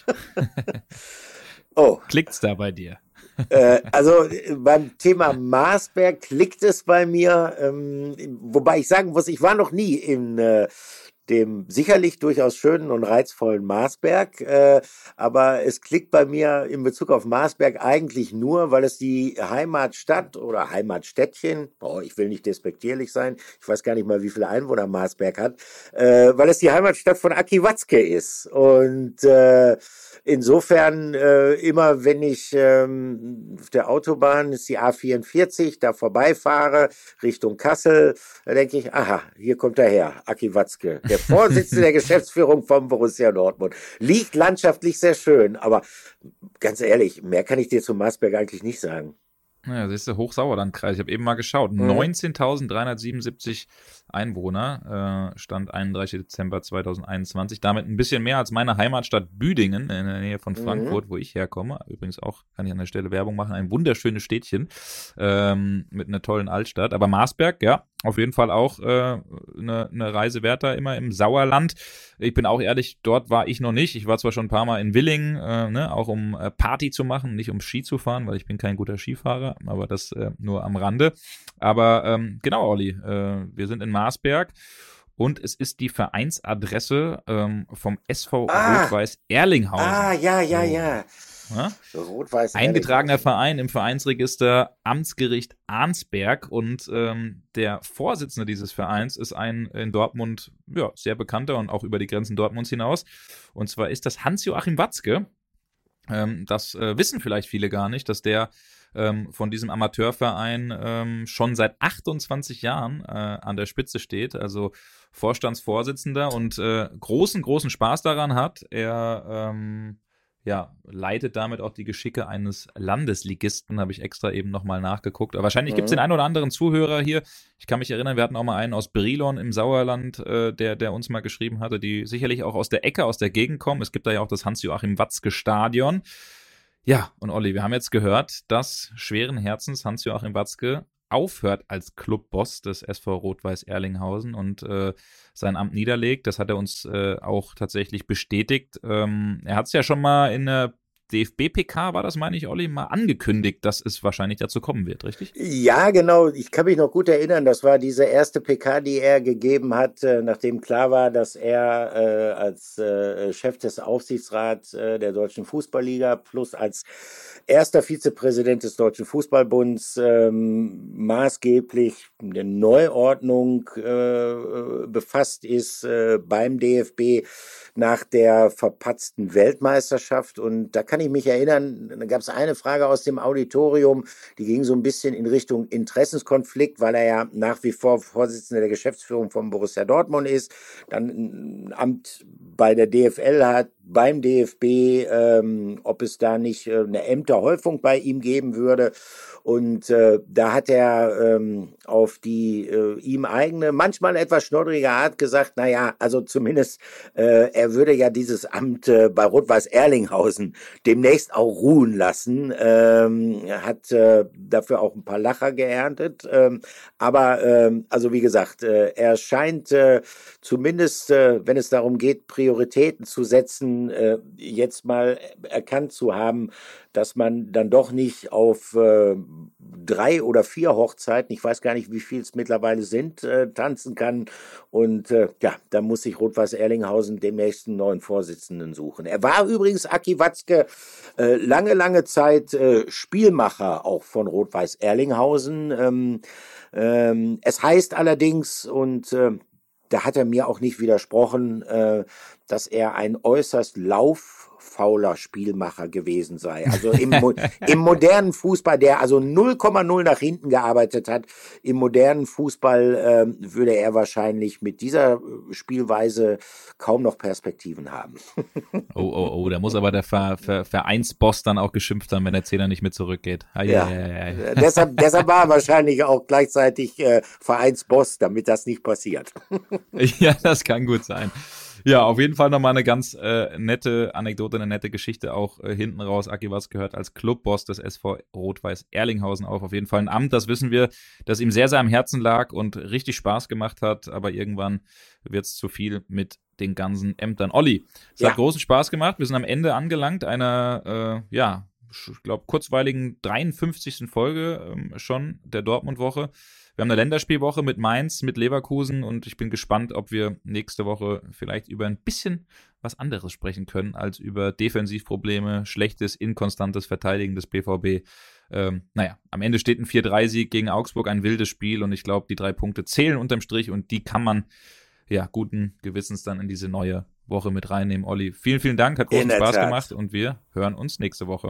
Oh. Klickt's da bei dir? äh, also beim Thema Marsberg klickt es bei mir, ähm, wobei ich sagen muss, ich war noch nie in äh, dem sicherlich durchaus schönen und reizvollen Marsberg, äh, aber es klickt bei mir in Bezug auf Marsberg eigentlich nur, weil es die Heimatstadt oder Heimatstädtchen, oh, ich will nicht despektierlich sein, ich weiß gar nicht mal, wie viele Einwohner Marsberg hat, äh, weil es die Heimatstadt von Aki Watzke ist, und äh, insofern äh, immer, wenn ich ähm, auf der Autobahn, ist die A vierundvierzig, da vorbeifahre Richtung Kassel, da denke ich, aha, hier kommt er her, Aki Watzke, der Vorsitzende der Geschäftsführung von Borussia Dortmund. Liegt landschaftlich sehr schön, aber ganz ehrlich, mehr kann ich dir zum Marsberg eigentlich nicht sagen. Ja, das ist der Hochsauerlandkreis. Ich habe eben mal geschaut. Mhm. neunzehntausenddreihundertsiebenundsiebzig Einwohner, äh, Stand einunddreißigster Dezember zweitausendeinundzwanzig. Damit ein bisschen mehr als meine Heimatstadt Büdingen in der Nähe von Frankfurt, mhm. wo ich herkomme. Übrigens auch, kann ich an der Stelle Werbung machen, ein wunderschönes Städtchen ähm, mit einer tollen Altstadt. Aber Marsberg, ja, auf jeden Fall auch äh, eine, eine Reise wert da, immer im Sauerland. Ich bin auch ehrlich, dort war ich noch nicht. Ich war zwar schon ein paar Mal in Willingen, äh, ne, auch um äh, Party zu machen, nicht um Ski zu fahren, weil ich bin kein guter Skifahrer, aber das äh, nur am Rande. Aber ähm, genau, Olli, äh, wir sind in Marsberg, und es ist die Vereinsadresse ähm, vom S V ah, Rot-Weiß Erlinghausen. Ah, ja, ja, ja. Ja? Rot-Weiß Eingetragener Verein im Vereinsregister Amtsgericht Arnsberg, und ähm, der Vorsitzende dieses Vereins ist ein in Dortmund ja, sehr bekannter und auch über die Grenzen Dortmunds hinaus, und zwar ist das Hans-Joachim Watzke. Ähm, das äh, wissen vielleicht viele gar nicht, dass der ähm, von diesem Amateurverein ähm, schon seit achtundzwanzig Jahren äh, an der Spitze steht, also Vorstandsvorsitzender, und äh, großen, großen Spaß daran hat. Er ähm, ja, leitet damit auch die Geschicke eines Landesligisten, habe ich extra eben nochmal nachgeguckt. Aber wahrscheinlich mhm. gibt es den einen oder anderen Zuhörer hier. Ich kann mich erinnern, wir hatten auch mal einen aus Brilon im Sauerland, äh, der, der uns mal geschrieben hatte, die sicherlich auch aus der Ecke, aus der Gegend kommen. Es gibt da ja auch das Hans-Joachim Watzke Stadion. Ja, und Olli, wir haben jetzt gehört, dass schweren Herzens Hans-Joachim Watzke aufhört als Clubboss des S V Rot-Weiß Erlinghausen und äh, sein Amt niederlegt. Das hat er uns äh, auch tatsächlich bestätigt. Ähm, er hat es ja schon mal in einer D F B-P K war das, meine ich, Olli, mal angekündigt, dass es wahrscheinlich dazu kommen wird, richtig? Ja, genau. Ich kann mich noch gut erinnern, das war diese erste P K, die er gegeben hat, äh, nachdem klar war, dass er äh, als äh, Chef des Aufsichtsrats äh, der Deutschen Fußballliga plus als erster Vizepräsident des Deutschen Fußballbunds ähm, maßgeblich eine Neuordnung äh, befasst ist äh, beim D F B nach der verpatzten Weltmeisterschaft. Und da kann ich mich erinnern, da gab es eine Frage aus dem Auditorium, die ging so ein bisschen in Richtung Interessenskonflikt, weil er ja nach wie vor Vorsitzender der Geschäftsführung von Borussia Dortmund ist, dann ein Amt bei der D F L hat, beim D F B, ähm, ob es da nicht äh, eine Ämterhäufung bei ihm geben würde. Und äh, da hat er ähm, auf die äh, ihm eigene, manchmal etwas schnoddrige Art gesagt, naja, also zumindest äh, er würde ja dieses Amt äh, bei Rot-Weiß Erlinghausen demnächst auch ruhen lassen. Ähm, er hat äh, dafür auch ein paar Lacher geerntet. Ähm, aber ähm, also wie gesagt, äh, er scheint äh, zumindest, äh, wenn es darum geht, Prioritäten zu setzen, äh, jetzt mal erkannt zu haben, dass man dann doch nicht auf äh, drei oder vier Hochzeiten, ich weiß gar nicht, wie viel es mittlerweile sind, äh, tanzen kann. Und äh, ja, da muss sich Rot-Weiß Erlinghausen den nächsten neuen Vorsitzenden suchen. Er war übrigens, Aki Watzke, äh, lange, lange Zeit äh, Spielmacher auch von Rot-Weiß Erlinghausen. Ähm, ähm, es heißt allerdings, und äh, da hat er mir auch nicht widersprochen, äh, dass er ein äußerst lauffauler Spielmacher gewesen sei. Also im, Mo- im modernen Fußball, der also null Komma null nach hinten gearbeitet hat, im modernen Fußball äh, würde er wahrscheinlich mit dieser Spielweise kaum noch Perspektiven haben. Oh, oh, oh, da muss aber der Ver- Ver- Vereinsboss dann auch geschimpft haben, wenn der Zehner nicht mehr zurückgeht. Ah, ja, ja, ja, ja. deshalb, deshalb war er wahrscheinlich auch gleichzeitig äh, Vereinsboss, damit das nicht passiert. Ja, das kann gut sein. Ja, auf jeden Fall nochmal eine ganz äh, nette Anekdote, eine nette Geschichte auch äh, hinten raus. Aki Watzke gehört als Clubboss des S V Rot-Weiß Erlinghausen auf. Auf jeden Fall ein Amt, das wissen wir, das ihm sehr, sehr am Herzen lag und richtig Spaß gemacht hat. Aber irgendwann wird es zu viel mit den ganzen Ämtern. Olli, es Ja. hat großen Spaß gemacht. Wir sind am Ende angelangt einer, äh, ja, ich glaube, kurzweiligen dreiundfünfzigsten Folge ähm, schon der Dortmund-Woche. Wir haben eine Länderspielwoche mit Mainz, mit Leverkusen und ich bin gespannt, ob wir nächste Woche vielleicht über ein bisschen was anderes sprechen können, als über Defensivprobleme, schlechtes, inkonstantes Verteidigen des B V B. Ähm, naja, am Ende steht ein vier drei Sieg gegen Augsburg, ein wildes Spiel und ich glaube, die drei Punkte zählen unterm Strich und die kann man ja guten Gewissens dann in diese neue Woche mit reinnehmen. Olli, vielen, vielen Dank, hat großen In der Spaß Tat. gemacht und wir hören uns nächste Woche.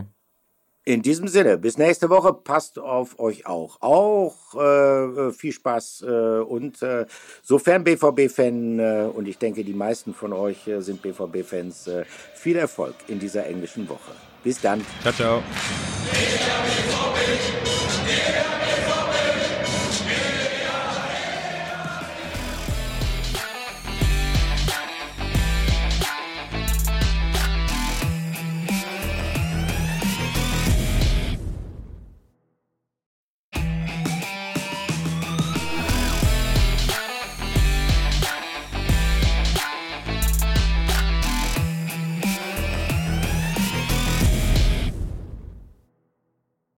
In diesem Sinne, bis nächste Woche, passt auf euch auch. Auch äh, viel Spaß äh, und äh, sofern B V B-Fan, äh, und ich denke, die meisten von euch äh, sind B V B-Fans, äh, viel Erfolg in dieser englischen Woche. Bis dann. Ciao, ciao. Der B V B